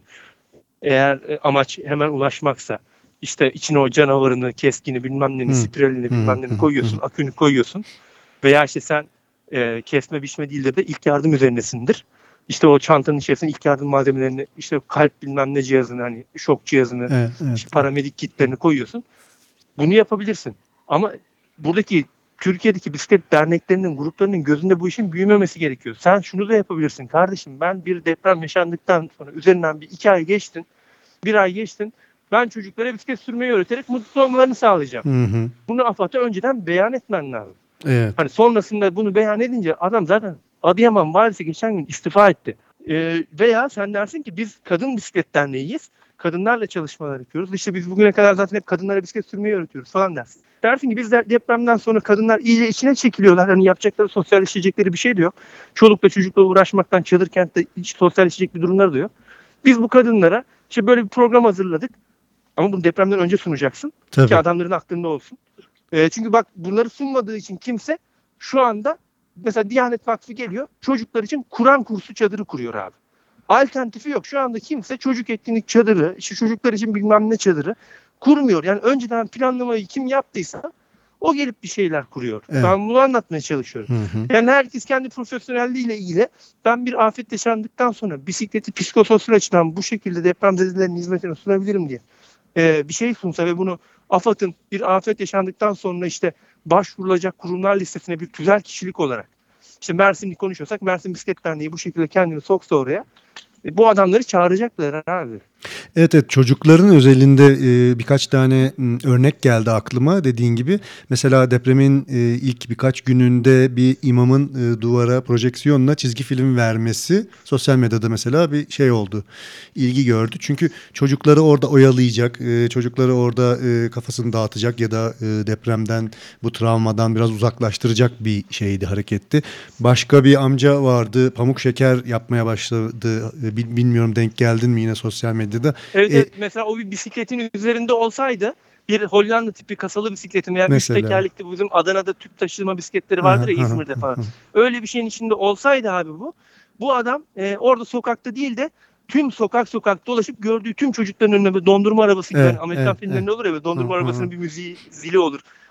Eğer amaç hemen ulaşmaksa. İşte içine o canavarını, keskini, bilmem neni, spiralini, bilmem neni koyuyorsun, akünü koyuyorsun. Veya işte sen kesme biçme değildir de ilk yardım üzerindesindir. İşte o çantanın içerisinde ilk yardım malzemelerini, işte kalp bilmem ne cihazını, hani şok cihazını, işte paramedik kitlerini koyuyorsun. Bunu yapabilirsin. Ama buradaki Türkiye'deki bisiklet derneklerinin, gruplarının gözünde bu işin büyümemesi gerekiyor. Sen şunu da yapabilirsin kardeşim. Ben bir deprem yaşandıktan sonra üzerinden bir 2 ay geçtin, 1 ay geçtin. Ben çocuklara bisiklet sürmeyi öğreterek mutlu olmalarını sağlayacağım. Bunu AFAD'a önceden beyan etmen lazım. Evet. Hani sonrasında bunu beyan edince adam zaten Adıyaman valisi geçen gün istifa etti. Veya sen dersin ki biz kadın bisiklet derneğiyiz. Kadınlarla çalışmalar yapıyoruz. İşte biz bugüne kadar zaten hep kadınlara bisiklet sürmeyi öğretiyoruz falan dersin. Dersin ki biz de depremden sonra kadınlar iyice içine çekiliyorlar. Hani yapacakları, sosyalleşecekleri bir şey de yok. Çolukla çocukla uğraşmaktan çadır kentte hiç sosyalleşecek bir durumları da yok. Biz bu kadınlara işte böyle bir program hazırladık. Ama bunu depremden önce sunacaksın. Tabii. Ki adamların aklında olsun. Çünkü bak bunları sunmadığı için kimse şu anda mesela Diyanet Vakfı geliyor. Çocuklar için Kur'an kursu çadırı kuruyor abi. Alternatifi yok. Şu anda kimse çocuk etkinlik çadırı, işte çocuklar için bilmem ne çadırı kurmuyor. Yani önceden planlamayı kim yaptıysa o gelip bir şeyler kuruyor. Evet. Ben bunu anlatmaya çalışıyorum. Yani herkes kendi profesyonelliğiyle ilgili ben bir afet yaşandıktan sonra bisikleti psikososyal açıdan bu şekilde depremzedelerin hizmetine sunabilirim diye bir şey sunsa ve bunu AFAD'ın bir afet yaşandıktan sonra işte başvurulacak kurumlar listesine bir tüzel kişilik olarak işte Mersin'i konuşuyorsak Mersin Bisiklet Derneği bu şekilde kendini soksa oraya bu adamları çağıracaklar abi. Evet, çocukların özelinde birkaç tane örnek geldi aklıma dediğin gibi. Mesela depremin ilk birkaç gününde bir imamın duvara projeksiyonla çizgi film vermesi sosyal medyada mesela bir şey oldu. İlgi gördü. Çünkü çocukları orada oyalayacak, çocukları orada kafasını dağıtacak ya da depremden, bu travmadan biraz uzaklaştıracak bir şeydi, hareketti. Başka bir amca vardı, pamuk şeker yapmaya başladı. Bilmiyorum denk geldin mi yine sosyal medyada. Evet, mesela o bir bisikletin üzerinde olsaydı bir Hollanda tipi kasalı bisikletin veya 3 tekerlekli bizim Adana'da tüp taşıma bisikletleri vardır ya İzmir'de falan. Öyle bir şeyin içinde olsaydı abi bu adam orada sokakta değil de tüm sokak dolaşıp gördüğü tüm çocukların önüne bir dondurma arabası gibi. Yani Amerikan filmlerinde olur ya dondurma arabasının bir müziği zili olur.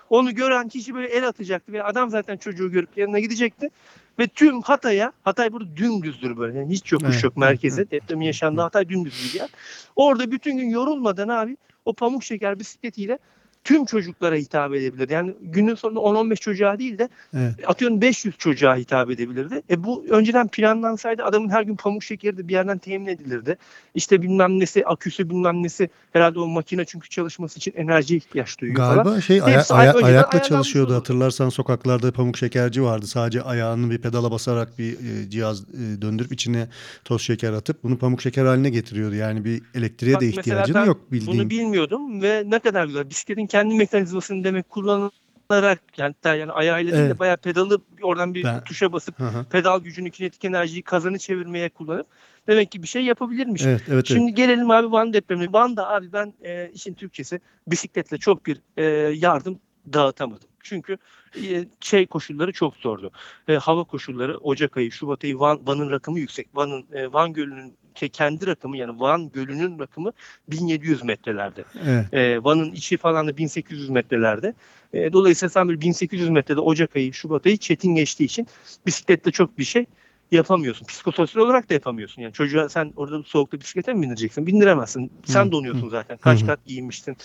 Onu gören kişi böyle el atacaktı ve adam zaten çocuğu görüp yanına gidecekti. Ve tüm Hatay burada dümdüzdür böyle. Yani hiç yokuş Evet, yok evet, merkeze. evet. Depremin yaşandığı Hatay dümdüz bir yer. Orada bütün gün yorulmadan abi o pamuk şeker bisikletiyle tüm çocuklara hitap edebilir. Yani günün sonunda 10-15 çocuğa değil de Evet. atıyorum 500 çocuğa hitap edebilirdi. Bu önceden planlansaydı adamın her gün pamuk şekeri de bir yerden temin edilirdi. İşte bilmem nesi, aküsü bilmem nesi, herhalde o makine çünkü çalışması için enerjiye ihtiyaç duyuyor falan. Galiba Hepsi önceden ayakla ayarlanmış çalışıyordu, olurdu. hatırlarsan sokaklarda pamuk şekerci vardı. Sadece ayağını bir pedala basarak bir cihaz döndürüp içine toz şeker atıp bunu pamuk şeker haline getiriyordu. Yani bir elektriğe Bak de mesela ihtiyacın ben yok bunu bildiğin. bilmiyordum ve ne kadar güzel. Bisikletin kendi mekanizmasını demek kullanarak yani ayağıyla değil Evet, de bayağı pedalı oradan bir ben tuşa basıp hı hı. pedal gücünü, kinetik enerjiyi kazanı çevirmeye kullanıp demek ki bir şey yapabilirmiş. Evet, evet, evet. Şimdi gelelim abi Van depremi. Van'da abi ben işin Türkçesi bisikletle çok bir yardım dağıtamadım. Çünkü koşulları çok zordu. Hava koşulları Ocak ayı, Şubat ayı Van'ın rakımı yüksek. Van Gölü'nün kendi rakımı yani Van Gölü'nün rakımı 1700 metrelerde. Evet. Van'ın içi falan da 1800 metrelerde. Dolayısıyla sen bir 1800 metrede Ocak ayı, Şubat ayı çetin geçtiği için bisikletle çok bir şey yapamıyorsun. Psikososyal olarak da yapamıyorsun. Yani çocuğa sen orada soğukta bisiklete mi bindireceksin? Bindiremezsin. Hı Sen hı. donuyorsun zaten. Hı Kaç hı. kat giyinmişsin.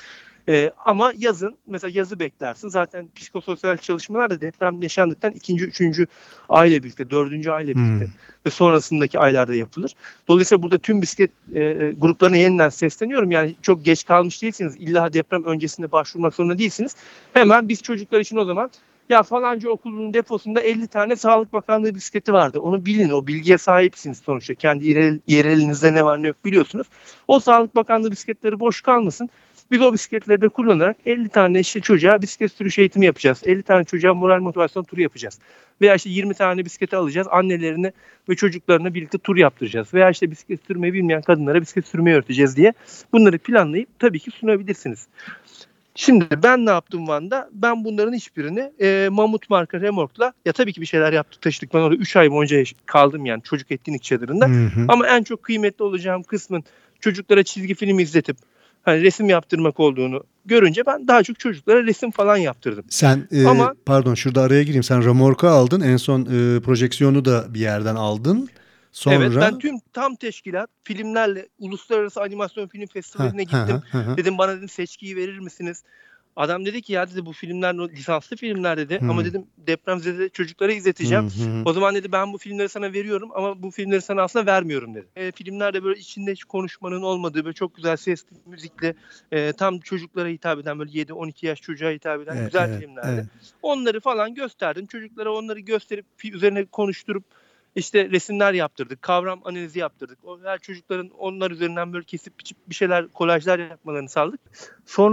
Ama yazın mesela yazı beklersin. Zaten psikososyal çalışmalar da deprem yaşandıktan ikinci, üçüncü aile birlikte, dördüncü aile Hı. birlikte ve sonrasındaki aylarda yapılır. Dolayısıyla burada tüm bisiklet gruplarına yeniden sesleniyorum. Yani çok geç kalmış değilsiniz. İlla deprem öncesinde başvurmak zorunda değilsiniz. Hemen biz çocuklar için o zaman ya falanca okulun deposunda 50 tane Sağlık Bakanlığı bisikleti vardı. Onu bilin, o bilgiye sahipsiniz sonuçta. Kendi yerelinizde ne var ne yok biliyorsunuz. O Sağlık Bakanlığı bisikletleri boş kalmasın. Biz o bisikletleri de kullanarak 50 tane işte çocuğa bisiklet sürüş eğitimi yapacağız. 50 tane çocuğa moral motivasyon turu yapacağız. Veya işte 20 tane bisikleti alacağız. Annelerini ve çocuklarına birlikte tur yaptıracağız. Veya işte bisiklet sürmeyi bilmeyen kadınlara bisiklet sürmeyi öğreteceğiz diye bunları planlayıp tabii ki sunabilirsiniz. Şimdi ben ne yaptım Van'da? Ben bunların hiçbirini Mamut marka remorkla ya tabii ki bir şeyler yaptık taşıdık. Ben orada 3 ay boyunca kaldım yani çocuk etkinlik çadırında. Hı hı. Ama en çok kıymetli olacağım kısmın çocuklara çizgi film izletip hani resim yaptırmak olduğunu görünce ben daha çok çocuklara resim falan yaptırdım. Sen Ama pardon, şurada araya gireyim. Sen römorku aldın. En son projeksiyonu da bir yerden aldın. evet ben Sonra tam teşkilat filmlerle Uluslararası Animasyon Film ha Festivali'ne ha gittim. ha ha. Dedim bana dedim seçkiyi verir misiniz? Adam dedi ki ya dedi bu filmler lisanslı filmler dedi ama Hı dedim depremzede çocuklara izleteceğim. hı hı. O zaman dedi ben bu filmleri sana veriyorum ama bu filmleri sana aslında vermiyorum dedi. Filmlerde böyle içinde hiç konuşmanın olmadığı böyle çok güzel sesli müzikle tam çocuklara hitap eden böyle 7-12 yaş çocuğa hitap eden Evet, güzel evet, filmlerdi. evet. Onları falan gösterdim. Çocuklara onları gösterip üzerine konuşturup işte resimler yaptırdık, kavram analizi yaptırdık. Her çocukların onlar üzerinden böyle kesip biçip bir şeyler, kolajlar yapmalarını sağladık. Sonra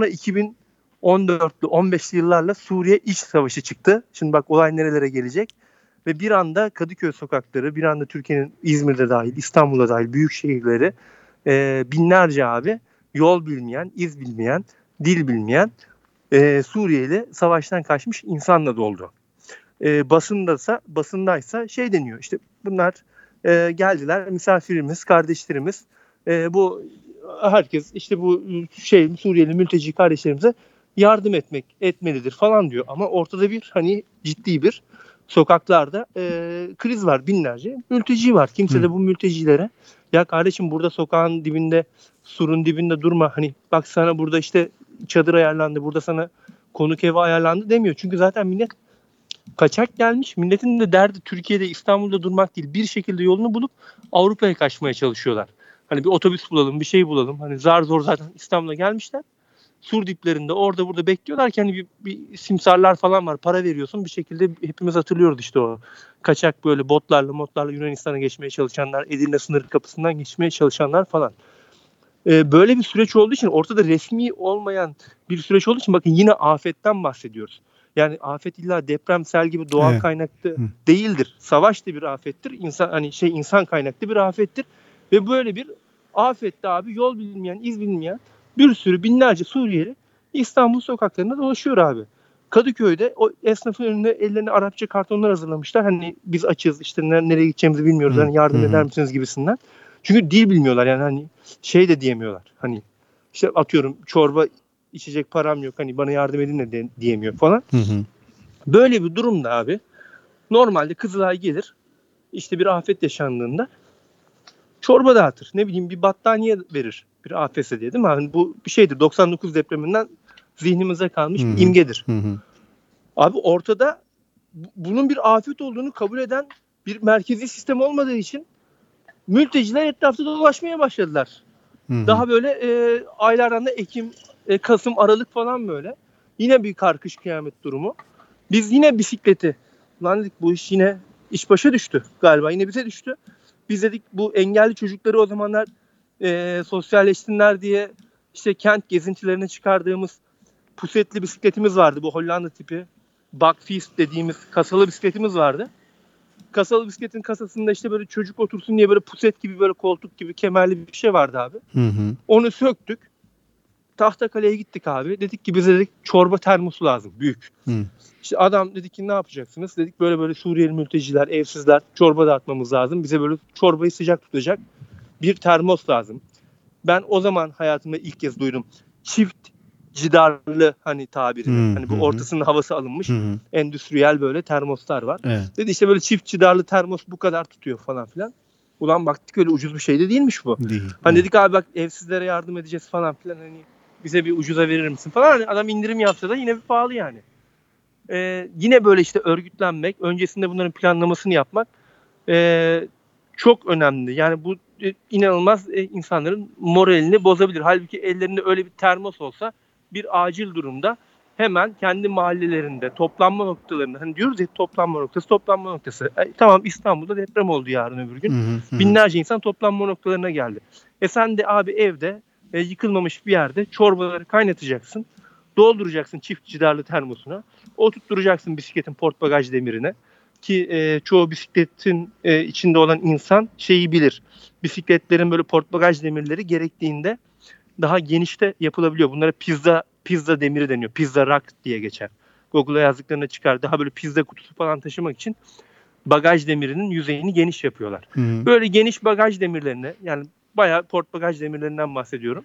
2014'lü 15'li yıllarla Suriye İç Savaşı çıktı. Şimdi bak olay nerelere gelecek. Ve bir anda Kadıköy sokakları, bir anda Türkiye'nin İzmir'de dahil, İstanbul'da dahil büyük şehirleri binlerce abi yol bilmeyen, iz bilmeyen, dil bilmeyen Suriyeli savaştan kaçmış insanla doldu. Basındaysa şey deniyor işte bunlar geldiler misafirimiz, kardeşlerimiz bu herkes işte bu Suriyeli mülteci kardeşlerimize yardım etmelidir falan diyor. Ama ortada bir hani ciddi bir sokaklarda kriz var, binlerce mülteci var. Kimse Hı. de bu mültecilere ya kardeşim burada sokağın dibinde surun dibinde durma hani bak sana burada işte çadır ayarlandı burada sana konuk evi ayarlandı demiyor. Çünkü zaten millet kaçak gelmiş. Milletin de derdi Türkiye'de İstanbul'da durmak değil. Bir şekilde yolunu bulup Avrupa'ya kaçmaya çalışıyorlar. Hani bir otobüs bulalım, bir şey bulalım. Hani zar zor zaten İstanbul'a gelmişler. Sur diplerinde orada burada bekliyorlar ki hani bir simsarlar falan var. Para veriyorsun bir şekilde hepimiz hatırlıyoruz işte o kaçak böyle botlarla Yunanistan'a geçmeye çalışanlar, Edirne sınır kapısından geçmeye çalışanlar falan. Böyle bir süreç olduğu için ortada resmi olmayan bir süreç olduğu için bakın yine afetten bahsediyoruz. Yani afet illa deprem, sel gibi doğal Evet. kaynaklı Hı. değildir. Savaş da bir afettir. İnsan kaynaklı bir afettir. Ve böyle bir afette abi yol bilmeyen, iz bilmeyen bir sürü binlerce Suriyeli İstanbul sokaklarında dolaşıyor abi. Kadıköy'de o esnafın önünde ellerine Arapça kartonlar hazırlamışlar. Hani biz açız işte nereye gideceğimizi bilmiyoruz. Hı Hani yardım eder hı. misiniz gibisinden. Çünkü dil bilmiyorlar yani hani şey de diyemiyorlar. Hani işte atıyorum çorba içecek param yok. Hani bana yardım edin de diyemiyor falan. Hı hı. Böyle bir durumda abi normalde Kızılay gelir. İşte bir afet yaşandığında çorba dağıtır. Ne bileyim bir battaniye verir bir afetse diye, değil mi? Hani bu bir şeydir. 99 depreminden zihnimize kalmış Hı bir hı. imgedir. Hı hı. Abi ortada bunun bir afet olduğunu kabul eden bir merkezi sistem olmadığı için mülteciler etrafta dolaşmaya başladılar. Hı hı. Daha böyle aylardan da Ekim, Kasım, Aralık falan böyle. Yine bir karkış kıyamet durumu. Biz yine bisikleti, lan dedik bu iş yine iş başa düştü galiba, yine bize düştü. Biz dedik bu engelli çocukları o zamanlar sosyalleşsinler diye işte kent gezintilerine çıkardığımız pusetli bisikletimiz vardı. Bu Hollanda tipi Bakfiets dediğimiz kasalı bisikletimiz vardı. Kasalı bisikletin kasasında işte böyle çocuk otursun diye böyle puset gibi, böyle koltuk gibi kemerli bir şey vardı abi. Hı hı. Onu söktük. Tahtakale'ye gittik abi. Dedik ki bize dedik çorba termosu lazım, büyük. Hı. İşte adam dedi ki ne yapacaksınız? Dedik böyle böyle Suriyeli mülteciler, evsizler, çorba dağıtmamız lazım. Bize böyle çorbayı sıcak tutacak bir termos lazım. Ben o zaman hayatımda ilk kez duydum çift cidarlı hani tabirini. Hı Hani hı. bu ortasının havası Hı alınmış hı. endüstriyel böyle termoslar var. Evet. Dedi işte böyle çift cidarlı termos bu kadar tutuyor falan filan. Ulan baktık öyle ucuz bir şey de değilmiş bu. Değil. Hani Evet. dedik abi bak evsizlere yardım edeceğiz falan filan, hani bize bir ucuza verir misin falan. Hani adam indirim yapsa da yine bir pahalı yani. Yine böyle işte örgütlenmek, öncesinde bunların planlamasını yapmak çok önemli. Yani bu inanılmaz insanların moralini bozabilir. Halbuki ellerinde öyle bir termos olsa bir acil durumda hemen kendi mahallelerinde, toplanma noktalarında, hani diyoruz ya toplanma noktası, toplanma noktası. Tamam, İstanbul'da deprem oldu yarın öbür Hı gün. hı. Hı hı. Binlerce insan toplanma noktalarına geldi. Sen de abi evde yıkılmamış bir yerde çorbaları kaynatacaksın. Dolduracaksın çift cidarlı termosuna. Oturtturacaksın bisikletin port bagaj demirine. Ki çoğu bisikletin içinde olan insan şeyi bilir. Bisikletlerin böyle port bagaj demirleri gerektiğinde daha genişte yapılabiliyor. Bunlara pizza demiri deniyor. Pizza rack diye geçer. Google'a yazdıklarına çıkar. Daha böyle pizza kutusu falan taşımak için bagaj demirinin yüzeyini geniş yapıyorlar. Hı hı. Böyle geniş bagaj demirlerine, yani bayağı port bagaj demirlerinden bahsediyorum.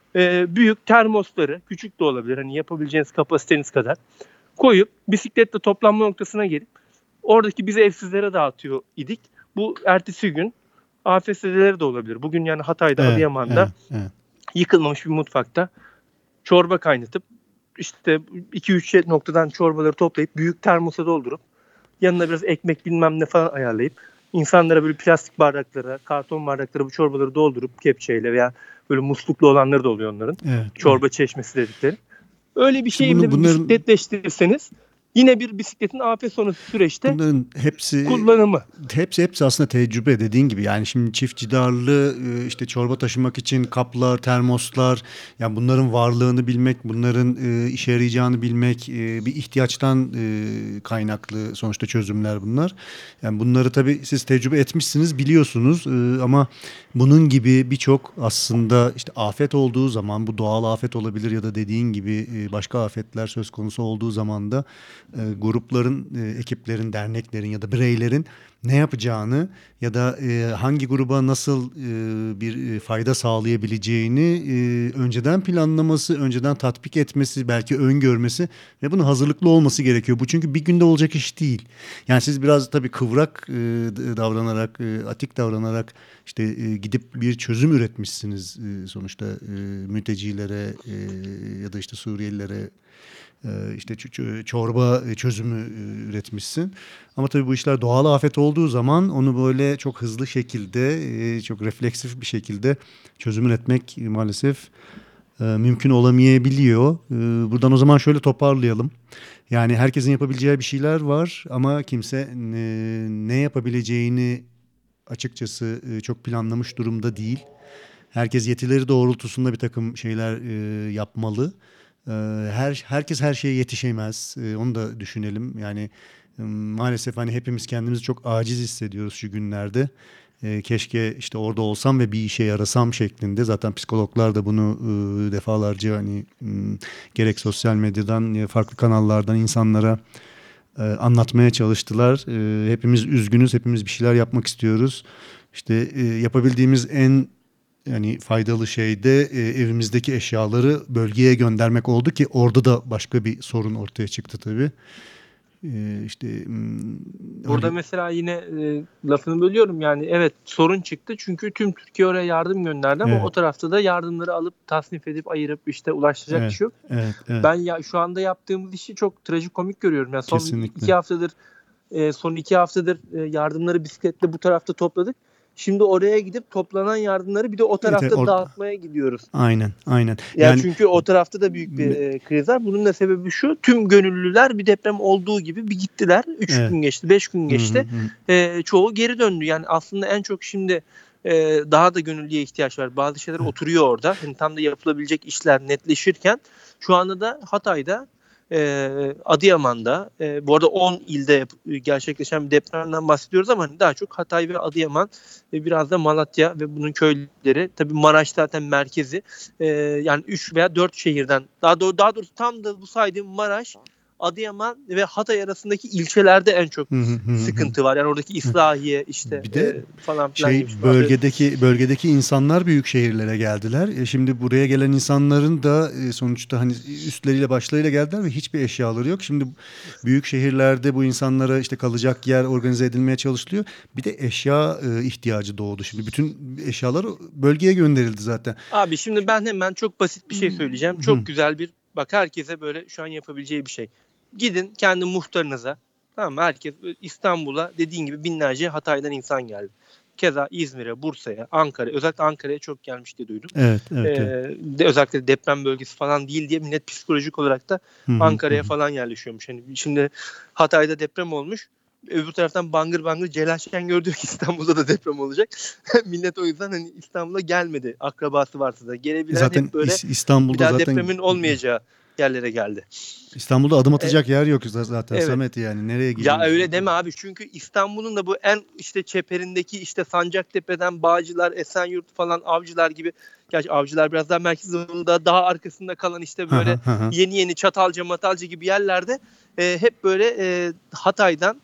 Büyük termosları, küçük de olabilir, hani yapabileceğiniz kapasiteniz kadar koyup bisikletle toplanma noktasına gelip oradaki bizi evsizlere dağıtıyor idik. Bu ertesi gün AFS'lere de olabilir. Bugün yani Hatay'da, Evet. Adıyaman'da Evet. Evet. yıkılmamış bir mutfakta çorba kaynatıp işte 2-3 noktadan çorbaları toplayıp büyük termosa doldurup yanına biraz ekmek bilmem ne falan ayarlayıp insanlara böyle plastik bardaklara, karton bardaklara bu çorbaları doldurup kepçeyle veya böyle musluklu olanları da oluyor onların. Evet. Evet. Çorba çeşmesi dedikleri. Öyle bir İşte şeyi bile bir bunların bisikletleştirirseniz yine bir bisikletin afet sonrası süreçte bunların hepsi kullanımı. hepsi aslında tecrübe dediğin gibi. Yani şimdi çift cidarlı işte çorba taşımak için kaplar, termoslar, yani bunların varlığını bilmek, bunların işe yarayacağını bilmek, bir ihtiyaçtan kaynaklı sonuçta çözümler bunlar. Yani bunları tabii siz tecrübe etmişsiniz, biliyorsunuz, ama bunun gibi birçok aslında işte afet olduğu zaman, bu doğal afet olabilir ya da dediğin gibi başka afetler söz konusu olduğu zaman da grupların, ekiplerin, derneklerin ya da bireylerin ne yapacağını ya da hangi gruba nasıl bir fayda sağlayabileceğini önceden planlaması, önceden tatbik etmesi, belki öngörmesi ve bunun hazırlıklı olması gerekiyor. Bu çünkü bir günde olacak iş değil. Yani siz biraz tabii kıvrak davranarak, atik davranarak işte gidip bir çözüm üretmişsiniz sonuçta mültecilere ya da işte Suriyelilere işte çorba çözümü üretmişsin. Ama tabii bu işler doğal afet olduğu zaman onu böyle çok hızlı şekilde, çok refleksif bir şekilde çözüm üretmek maalesef mümkün olamayabiliyor. Buradan o zaman şöyle toparlayalım. Yani herkesin yapabileceği bir şeyler var ama kimse ne yapabileceğini açıkçası çok planlamış durumda değil. Herkes yetileri doğrultusunda bir takım şeyler yapmalı. Herkes her şeye yetişemez. Onu da düşünelim. Yani maalesef hani hepimiz kendimizi çok aciz hissediyoruz şu günlerde. Keşke işte orada olsam ve bir işe yarasam şeklinde. Zaten psikologlar da bunu defalarca hani gerek sosyal medyadan, farklı kanallardan insanlara anlatmaya çalıştılar. Hepimiz üzgünüz, hepimiz bir şeyler yapmak istiyoruz. İşte yapabildiğimiz en yani faydalı şey de evimizdeki eşyaları bölgeye göndermek oldu ki orada da başka bir sorun ortaya çıktı tabii. İşte Burada mesela yine lafını bölüyorum, yani evet sorun çıktı çünkü tüm Türkiye oraya yardım gönderdi ama o evet, tarafta da yardımları alıp tasnif edip ayırıp işte ulaştıracak evet, kişi yok. evet, evet, Ben ya şu anda yaptığımız işi çok trajikomik görüyorum. Yani kesinlikle. son iki haftadır yardımları bisikletle bu tarafta topladık. Şimdi oraya gidip toplanan yardımları bir de o Evet, tarafta dağıtmaya gidiyoruz. aynen, aynen. Ya Yani çünkü o tarafta da büyük bir kriz var. Bunun da sebebi şu: tüm gönüllüler bir deprem olduğu gibi bir gittiler. 3 evet. gün geçti, 5 gün Hı hı geçti. hı. Çoğu geri döndü. Yani aslında en çok şimdi daha da gönüllüye ihtiyaç var. Bazı şeyler oturuyor orada. Hani tam da yapılabilecek işler netleşirken şu anda da Hatay'da, Adıyaman'da, bu arada 10 ilde gerçekleşen bir depremden bahsediyoruz ama daha çok Hatay ve Adıyaman ve biraz da Malatya ve bunun köyleri. Tabii Maraş zaten merkezi. Yani 3 veya 4 şehirden, daha doğrusu tam da bu saydığım Maraş, Adıyaman ve Hatay arasındaki ilçelerde en çok Hı hı hı hı. sıkıntı var. Yani oradaki İslahiye işte Bir de falan filan gibi bölgedeki insanlar büyük şehirlere geldiler. Şimdi buraya gelen insanların da sonuçta hani üstleriyle başlarıyla geldiler ve hiçbir eşyaları yok. Şimdi büyük şehirlerde bu insanlara işte kalacak yer organize edilmeye çalışılıyor. Bir de eşya ihtiyacı doğdu. Şimdi bütün eşyalar bölgeye gönderildi zaten. Abi şimdi ben hemen çok basit bir şey söyleyeceğim. Hı Çok güzel bir, bak, herkese böyle şu an yapabileceği bir şey. Gidin kendi muhtarınıza. Tamam mı? Herkes İstanbul'a, dediğin gibi binlerce Hatay'dan insan geldi. Keza İzmir'e, Bursa'ya, Ankara, özellikle Ankara'ya çok gelmiş diye duydum. Evet, evet, evet. Özellikle deprem bölgesi falan değil diye millet psikolojik olarak da Hı hı hı. Ankara'ya falan yerleşiyormuş. Hani şimdi Hatay'da deprem olmuş. Öbür taraftan bangır bangır Celal Şengör diyor ki İstanbul'da da deprem olacak. Millet o yüzden hani İstanbul'a gelmedi. Akrabası varsa da. Gelebilen Zaten hep böyle bir İstanbul'da daha zaten depremin olmayacağı yerlere geldi. İstanbul'da adım E, atacak yer yok zaten evet. Samet, yani nereye Ya gidiyorsun? öyle deme abi, çünkü İstanbul'un da bu en işte çeperindeki, işte Sancaktepe'den Bağcılar, Esenyurt falan, Avcılar gibi. Gerçi Avcılar biraz daha merkez zonunda, daha arkasında kalan işte Hı hı böyle hı hı. yeni Çatalca, Matalca gibi yerlerde hep böyle Hatay'dan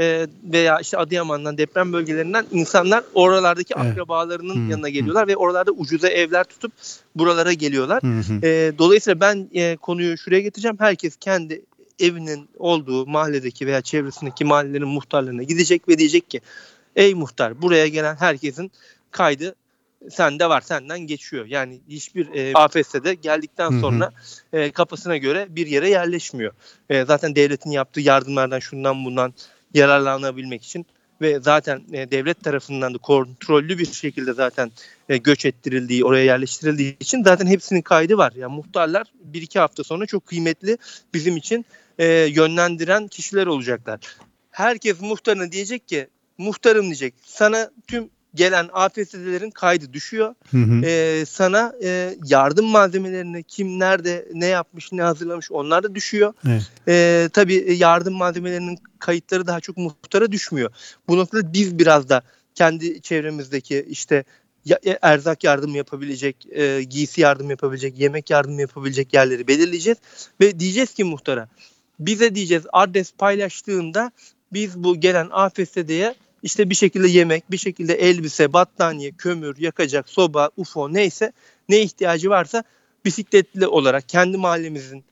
veya işte Adıyaman'dan, deprem bölgelerinden insanlar oralardaki Evet. Hı akrabalarının yanına hı. geliyorlar ve oralarda ucuza evler tutup buralara geliyorlar. Hı hı. Dolayısıyla ben konuyu şuraya getireceğim. Herkes kendi evinin olduğu mahalledeki veya çevresindeki mahallelerin muhtarlarına gidecek ve diyecek ki ey muhtar, buraya gelen herkesin kaydı sende var, senden geçiyor. Yani hiçbir AFS'de geldikten Hı hı. sonra kafasına göre bir yere yerleşmiyor. Zaten devletin yaptığı yardımlardan şundan bundan yararlanabilmek için ve zaten devlet tarafından da kontrollü bir şekilde zaten göç ettirildiği, oraya yerleştirildiği için zaten hepsinin kaydı var. Yani muhtarlar bir iki hafta sonra çok kıymetli bizim için yönlendiren kişiler olacaklar. Herkes muhtarına diyecek ki, muhtarım diyecek, sana tüm gelen AFS'lerin kaydı düşüyor. Hı hı. Sana yardım malzemelerini kim nerede ne yapmış ne hazırlamış onlar da düşüyor. Evet. Tabii yardım malzemelerinin kayıtları daha çok muhtara düşmüyor. Bu noktada biz biraz da kendi çevremizdeki işte erzak yardım yapabilecek, giysi yardım yapabilecek, yemek yardım yapabilecek yerleri belirleyeceğiz. Ve diyeceğiz ki muhtara, bize diyeceğiz adres paylaştığında biz bu gelen AFS'ye işte bir şekilde yemek, bir şekilde elbise, battaniye, kömür, yakacak soba, UFO neyse, ne ihtiyacı varsa bisikletli olarak kendi mahallemizin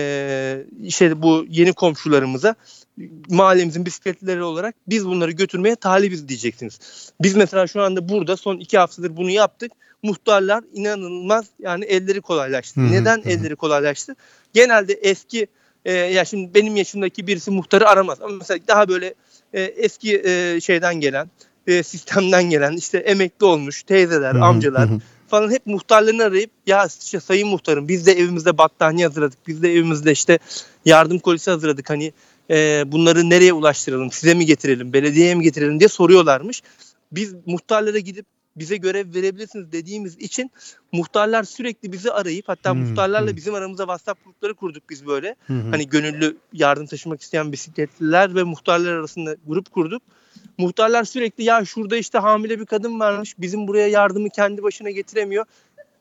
işte bu yeni komşularımıza mahallemizin bisikletlileri olarak biz bunları götürmeye talibiz diyeceksiniz. Biz mesela şu anda burada son 2 haftadır bunu yaptık. Muhtarlar inanılmaz, yani elleri Hı kolaylaştı. hı. Neden Hı hı. elleri kolaylaştı? Genelde eski ya şimdi benim yaşımdaki birisi muhtarı aramaz. Ama mesela daha böyle eski şeyden gelen, sistemden gelen, işte emekli olmuş teyzeler, Hı hı. Hı amcalar hı. falan hep muhtarlarını arayıp ya işte sayın muhtarım, biz de evimizde battaniye hazırladık. Biz de evimizde işte yardım kolisi hazırladık. Hani bunları nereye ulaştıralım? Size mi getirelim? Belediyeye mi getirelim diye soruyorlarmış. Biz muhtarlara gidip bize görev verebilirsiniz dediğimiz için muhtarlar sürekli bizi arayıp, hatta Hı muhtarlarla hı. bizim aramızda WhatsApp grupları kurduk biz böyle. Hı hı. Hani gönüllü yardım taşımak isteyen bisikletliler ve muhtarlar arasında grup kurduk. Muhtarlar sürekli ya şurada işte hamile bir kadın varmış, bizim buraya yardımı kendi başına getiremiyor.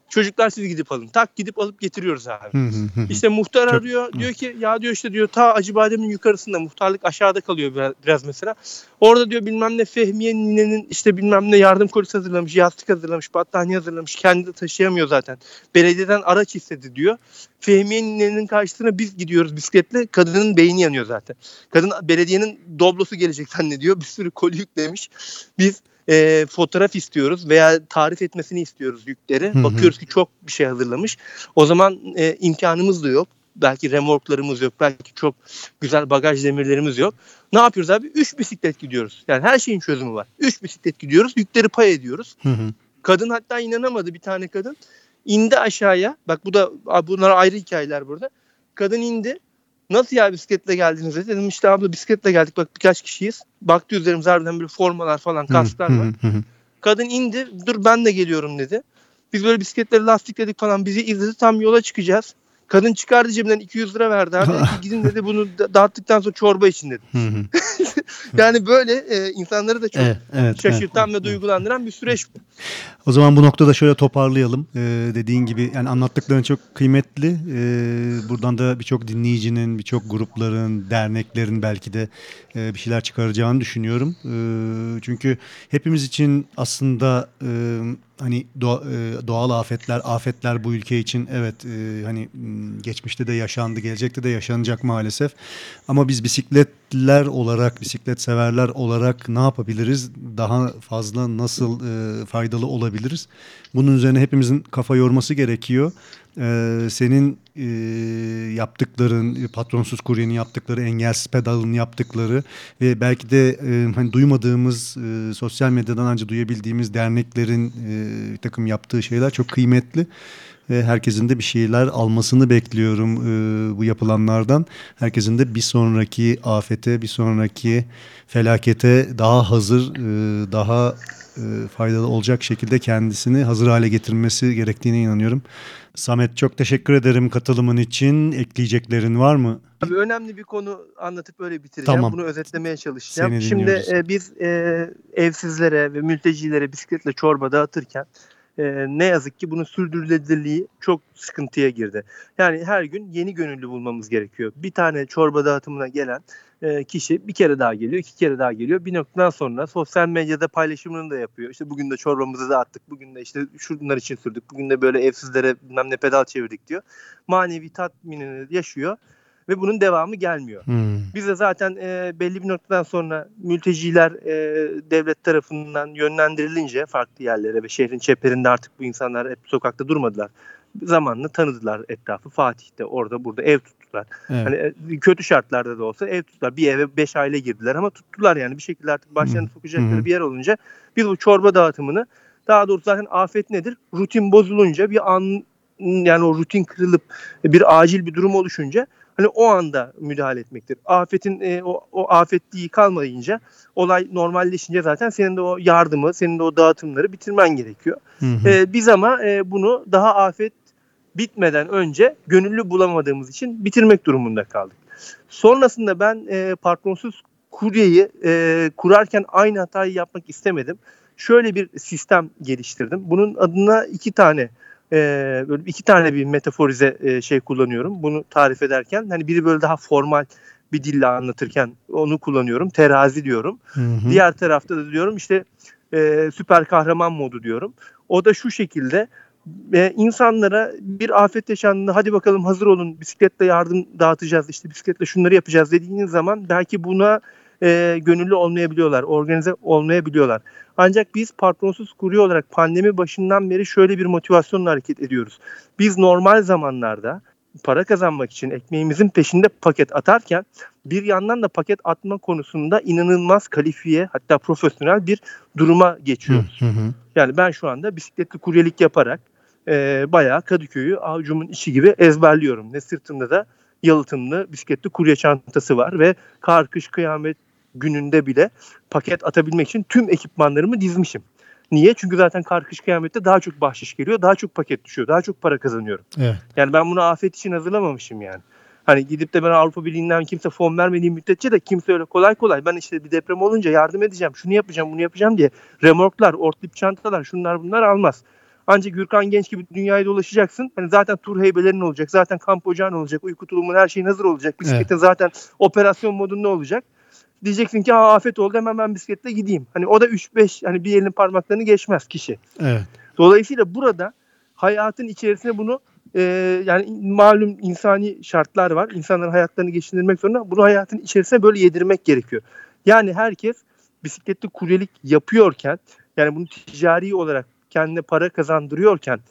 Çocuklar siz gidip alın. Tak gidip alıp getiriyoruz abi. Hı hı hı. İşte muhtar Çok- arıyor. Diyor ki ya diyor işte diyor ta Acıbadem'in yukarısında, muhtarlık aşağıda kalıyor biraz mesela. Orada diyor bilmem ne Fehmiye ninenin işte bilmem ne yardım kolisi hazırlamış, yastık hazırlamış, battaniye hazırlamış. Kendi de taşıyamıyor zaten. Belediyeden araç istedi diyor. Fehmiye ninenin karşısına biz gidiyoruz bisikletle. Kadının beyni yanıyor zaten. Kadın belediyenin doblosu gelecek zannediyor. Bir sürü koli yüklemiş. Biz fotoğraf istiyoruz veya tarif etmesini istiyoruz yükleri. Hı hı. Bakıyoruz ki çok bir şey hazırlamış. O zaman imkanımız da yok. Belki remorklarımız yok. Belki çok güzel bagaj demirlerimiz yok. Ne yapıyoruz abi? 3 bisiklet gidiyoruz. Yani her şeyin çözümü var. 3 bisiklet gidiyoruz. Yükleri pay ediyoruz. Hı hı. Kadın hatta inanamadı, bir tane kadın. İndi aşağıya. Bak bunlar ayrı hikayeler burada. Kadın indi. Nasıl ya bisikletle geldiniz dedi. Dedim işte abla bisikletle geldik, bak birkaç kişiyiz. Baktı üzerimizde harbiden böyle formalar falan, kasklar var. Kadın indi, dur ben de geliyorum dedi. Biz böyle bisikletleri lastikledik falan, bizi izledi, tam yola çıkacağız. Kadın çıkardı cebinden 200 lira verdi abi. Dedi ki, gidin dedi, bunu dağıttıktan sonra çorba için dedi. Yani böyle insanları da çok Evet, şaşırtan evet. ve duygulandıran bir süreç bu. O zaman bu noktada şöyle toparlayalım. Dediğin gibi yani anlattıkların çok kıymetli. Buradan da birçok dinleyicinin, birçok grupların, derneklerin belki de bir şeyler çıkaracağını düşünüyorum. Çünkü hepimiz için aslında hani doğal afetler bu ülke için evet hani geçmişte de yaşandı, gelecekte de yaşanacak maalesef. Ama biz bisikletler olarak, bisiklet severler olarak ne yapabiliriz? Daha fazla nasıl faydalı olabiliriz? Bunun üzerine hepimizin kafa yorması gerekiyor. Senin yaptıkların, patronsuz kuryenin yaptıkları, engelsiz pedalın yaptıkları ve belki de hani duymadığımız, sosyal medyadan ancak duyabildiğimiz derneklerin bir takım yaptığı şeyler çok kıymetli. Herkesin de bir şeyler almasını bekliyorum bu yapılanlardan. Herkesin de bir sonraki afete, bir sonraki felakete daha hazır, daha faydalı olacak şekilde kendisini hazır hale getirmesi gerektiğine inanıyorum. Samet, çok teşekkür ederim katılımın için. Ekleyeceklerin var mı? Abi önemli bir konu anlatıp böyle bitireceğim. Tamam. Bunu özetlemeye çalışacağım. Seni Şimdi dinliyoruz. biz evsizlere ve mültecilere bisikletle çorba dağıtırken ne yazık ki bunun sürdürülebilirliği çok sıkıntıya girdi. Yani her gün yeni gönüllü bulmamız gerekiyor. Bir tane çorba dağıtımına gelen kişi bir kere daha geliyor, iki kere daha geliyor. Bir noktadan sonra sosyal medyada paylaşımını da yapıyor. İşte bugün de çorbamızı dağıttık, bugün de işte şunlar için sürdük, bugün de böyle evsizlere bilmem ne pedal çevirdik diyor. Manevi tatminini yaşıyor ve bunun devamı gelmiyor. Biz de zaten belli bir noktadan sonra mülteciler devlet tarafından yönlendirilince farklı yerlere ve şehrin çeperinde artık bu insanlar hep sokakta durmadılar. Zamanla tanıdılar etrafı. Fatih'te, orada burada ev tuttular. Evet. Hani kötü şartlarda da olsa ev tuttular. Bir eve 5 aile girdiler ama tuttular yani bir şekilde artık başlarını sokacakları bir yer olunca biz bu çorba dağıtımını, daha doğrusu zaten afet nedir? Rutin bozulunca bir an, yani o rutin kırılıp bir acil bir durum oluşunca hani o anda müdahale etmektir. Afetin o afetliği kalmayınca, olay normalleşince zaten senin de o yardımı, senin de o dağıtımları bitirmen gerekiyor. Biz ama bunu daha afet bitmeden önce gönüllü bulamadığımız için bitirmek durumunda kaldık. Sonrasında ben patronsuz kuryeyi kurarken aynı hatayı yapmak istemedim. Şöyle bir sistem geliştirdim. Bunun adına böyle iki tane bir metaforize şey kullanıyorum. Bunu tarif ederken hani biri böyle daha formal bir dille anlatırken onu kullanıyorum. Terazi diyorum. Diğer tarafta da diyorum işte süper kahraman modu diyorum. O da şu şekilde: insanlara bir afet yaşandığında hadi bakalım hazır olun, bisikletle yardım dağıtacağız, işte bisikletle şunları yapacağız dediğiniz zaman belki buna gönüllü olmayabiliyorlar, organize olmayabiliyorlar. Ancak biz patronsuz kurye olarak pandemi başından beri şöyle bir motivasyonla hareket ediyoruz. Biz normal zamanlarda para kazanmak için ekmeğimizin peşinde paket atarken bir yandan da paket atma konusunda inanılmaz kalifiye, hatta profesyonel bir duruma geçiyoruz. Yani ben şu anda bisikletli kuryelik yaparak bayağı Kadıköy'ü avucumun içi gibi ezberliyorum. Ve sırtımda da yalıtımlı bisikletli kurye çantası var ve kar, kış, kıyamet gününde bile paket atabilmek için tüm ekipmanlarımı dizmişim. Niye? Çünkü zaten kar, kış, kıyamette daha çok bahşiş geliyor, daha çok paket düşüyor, daha çok para kazanıyorum. Evet. Yani ben bunu afet için hazırlamamışım yani. Hani gidip de ben Avrupa Birliği'nden kimse fon vermediği müddetçe de kimse öyle kolay kolay ben işte bir deprem olunca yardım edeceğim, şunu yapacağım, bunu yapacağım diye remorklar, ortlip çantalar, şunlar bunlar almaz. Ancak Gürkan Genç gibi dünyaya dolaşacaksın. Hani zaten tur heybelerin olacak. Zaten kamp ocağın olacak. Uyku tulumun, her şeyin hazır olacak. Bisikletin zaten operasyon modunda olacak. Diyeceksin ki afet oldu, hemen ben bisikletle gideyim. Hani o da 3-5, hani bir elinin parmaklarını geçmez kişi. Evet. Dolayısıyla burada hayatın içerisine bunu yani malum insani şartlar var. İnsanların hayatlarını geçindirmek zorunda. Bunu hayatın içerisine böyle yedirmek gerekiyor. Yani herkes bisikletli kuryelik yapıyorken, yani bunu ticari olarak kendine para kazandırıyorken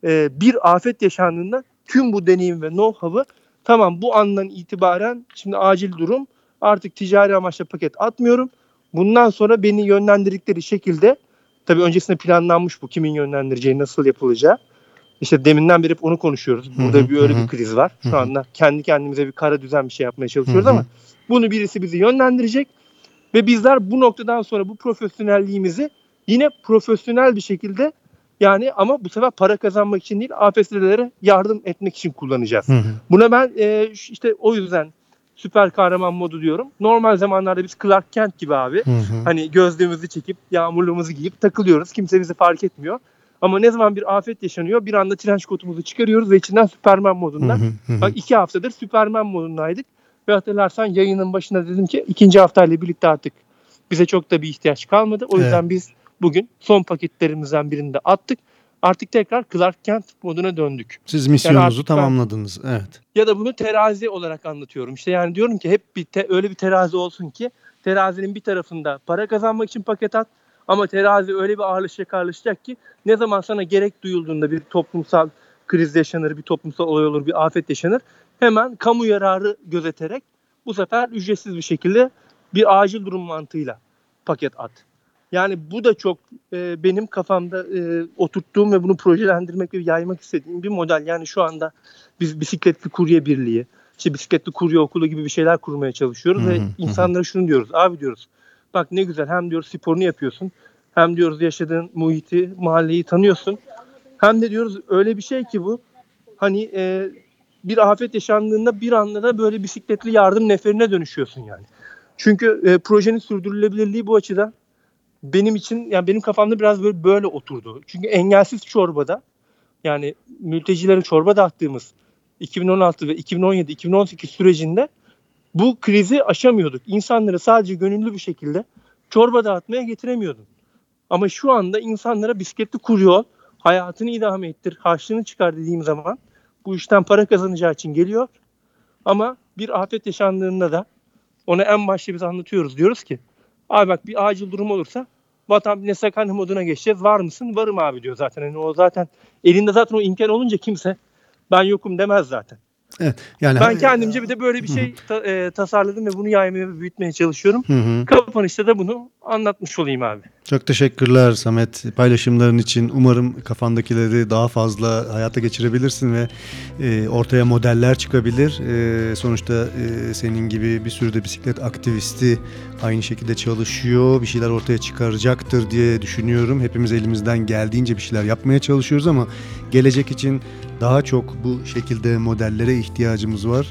bir afet yaşandığında tüm bu deneyim ve know-how'ı, tamam bu andan itibaren şimdi acil durum, artık ticari amaçla paket atmıyorum. Bundan sonra beni yönlendirdikleri şekilde, tabii öncesinde planlanmış bu, kimin yönlendireceği, nasıl yapılacağı. İşte deminden beri hep onu konuşuyoruz. Burada öyle bir kriz var. Şu anda kendi kendimize bir kara düzen bir şey yapmaya çalışıyoruz ama bunu birisi bizi yönlendirecek ve bizler bu noktadan sonra bu profesyonelliğimizi yine profesyonel bir şekilde, yani ama bu sefer para kazanmak için değil, afetlere yardım etmek için kullanacağız. Buna ben işte o yüzden süper kahraman modu diyorum. Normal zamanlarda biz Clark Kent gibi abi. Hani gözlüğümüzü çekip yağmurluğumuzu giyip takılıyoruz. Kimse bizi fark etmiyor. Ama ne zaman bir afet yaşanıyor, bir anda trench coat'umuzu çıkarıyoruz ve içinden Superman modundan. Bak 2 haftadır Superman modundaydık. Ve hatırlarsan yayının başında dedim ki 2. haftayla birlikte artık bize çok da bir ihtiyaç kalmadı. O yüzden biz bugün son paketlerimizden birini de attık. Artık tekrar Clark Kent moduna döndük. Siz misyonunuzu tamamladınız. Evet. Ya da bunu terazi olarak anlatıyorum. İşte yani diyorum ki hep öyle bir terazi olsun ki terazinin bir tarafında para kazanmak için paket at, ama terazi öyle bir ağırlaşacak ki ne zaman sana gerek duyulduğunda, bir toplumsal kriz yaşanır, bir toplumsal olay olur, bir afet yaşanır, hemen kamu yararı gözeterek bu sefer ücretsiz bir şekilde bir acil durum mantığıyla paket at. Yani bu da çok benim kafamda oturttuğum ve bunu projelendirmek ve yaymak istediğim bir model. Yani şu anda biz bisikletli kurye birliği, işte bisikletli kurye okulu gibi bir şeyler kurmaya çalışıyoruz ve insanlara şunu diyoruz. Abi diyoruz, bak ne güzel, hem diyoruz sporunu yapıyorsun, hem diyoruz yaşadığın muhiti, mahalleyi tanıyorsun. Hem de diyoruz öyle bir şey ki bu, hani bir afet yaşandığında bir anda da böyle bisikletli yardım neferine dönüşüyorsun yani. Çünkü projenin sürdürülebilirliği bu açıdan benim için, yani benim kafamda biraz böyle oturdu. Çünkü engelsiz çorbada, yani mültecilere çorba dağıttığımız 2016 ve 2017-2018 sürecinde bu krizi aşamıyorduk. İnsanları sadece gönüllü bir şekilde çorba dağıtmaya getiremiyordun. Ama şu anda insanlara bisikletli kurye, hayatını idame ettir, harçlığını çıkar dediğim zaman bu işten para kazanacağı için geliyor. Ama bir afet yaşandığında da ona en başta biz anlatıyoruz. Diyoruz ki abi bak, bir acil durum olursa vatan millet sakarya moduna geçeceğiz. Var mısın? Varım abi diyor zaten. Yani o zaten elinde zaten o imkan olunca kimse ben yokum demez zaten. Evet, yani ben kendimce bir de böyle bir şey tasarladım ve bunu yaymaya ve büyütmeye çalışıyorum. Kapanışta da bunu anlatmış olayım abi. Çok teşekkürler Samet paylaşımların için. Umarım kafandakileri daha fazla hayata geçirebilirsin ve ortaya modeller çıkabilir. Sonuçta senin gibi bir sürü de bisiklet aktivisti aynı şekilde çalışıyor. Bir şeyler ortaya çıkaracaktır diye düşünüyorum. Hepimiz elimizden geldiğince bir şeyler yapmaya çalışıyoruz ama gelecek için daha çok bu şekilde modellere ihtiyacımız var.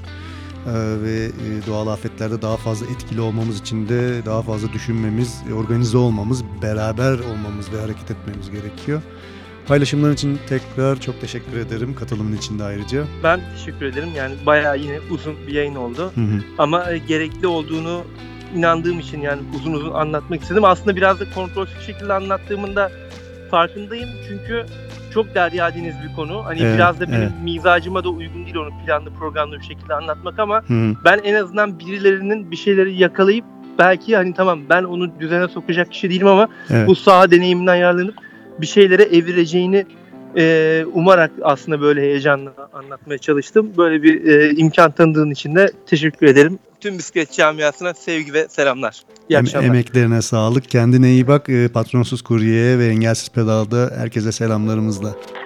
Ve doğal afetlerde daha fazla etkili olmamız için de daha fazla düşünmemiz, organize olmamız, beraber olmamız ve hareket etmemiz gerekiyor. Paylaşımların için tekrar çok teşekkür ederim. Katılımın için de ayrıca. Ben teşekkür ederim. Yani bayağı yine uzun bir yayın oldu. Ama gerekli olduğunu inandığım için yani uzun uzun anlatmak istedim. Aslında biraz da kontrolsüz şekilde anlattığımın da farkındayım. Çünkü çok deryadeniz bir konu. Hani biraz da benim mizacıma da uygun değil onu planlı programlı bir şekilde anlatmak ama ben en azından birilerinin bir şeyleri yakalayıp belki hani tamam ben onu düzene sokacak kişi değilim ama bu saha deneyiminden yararlanıp bir şeylere evireceğini umarak aslında böyle heyecanla anlatmaya çalıştım. Böyle bir imkan tanıdığın için de teşekkür ederim. Tüm bisiklet camiasına sevgi ve selamlar. İyi akşamlar. Emeklerine sağlık. Kendine iyi bak. Patronsuz Kurye'ye ve Engelsiz Pedal'da herkese selamlarımızla.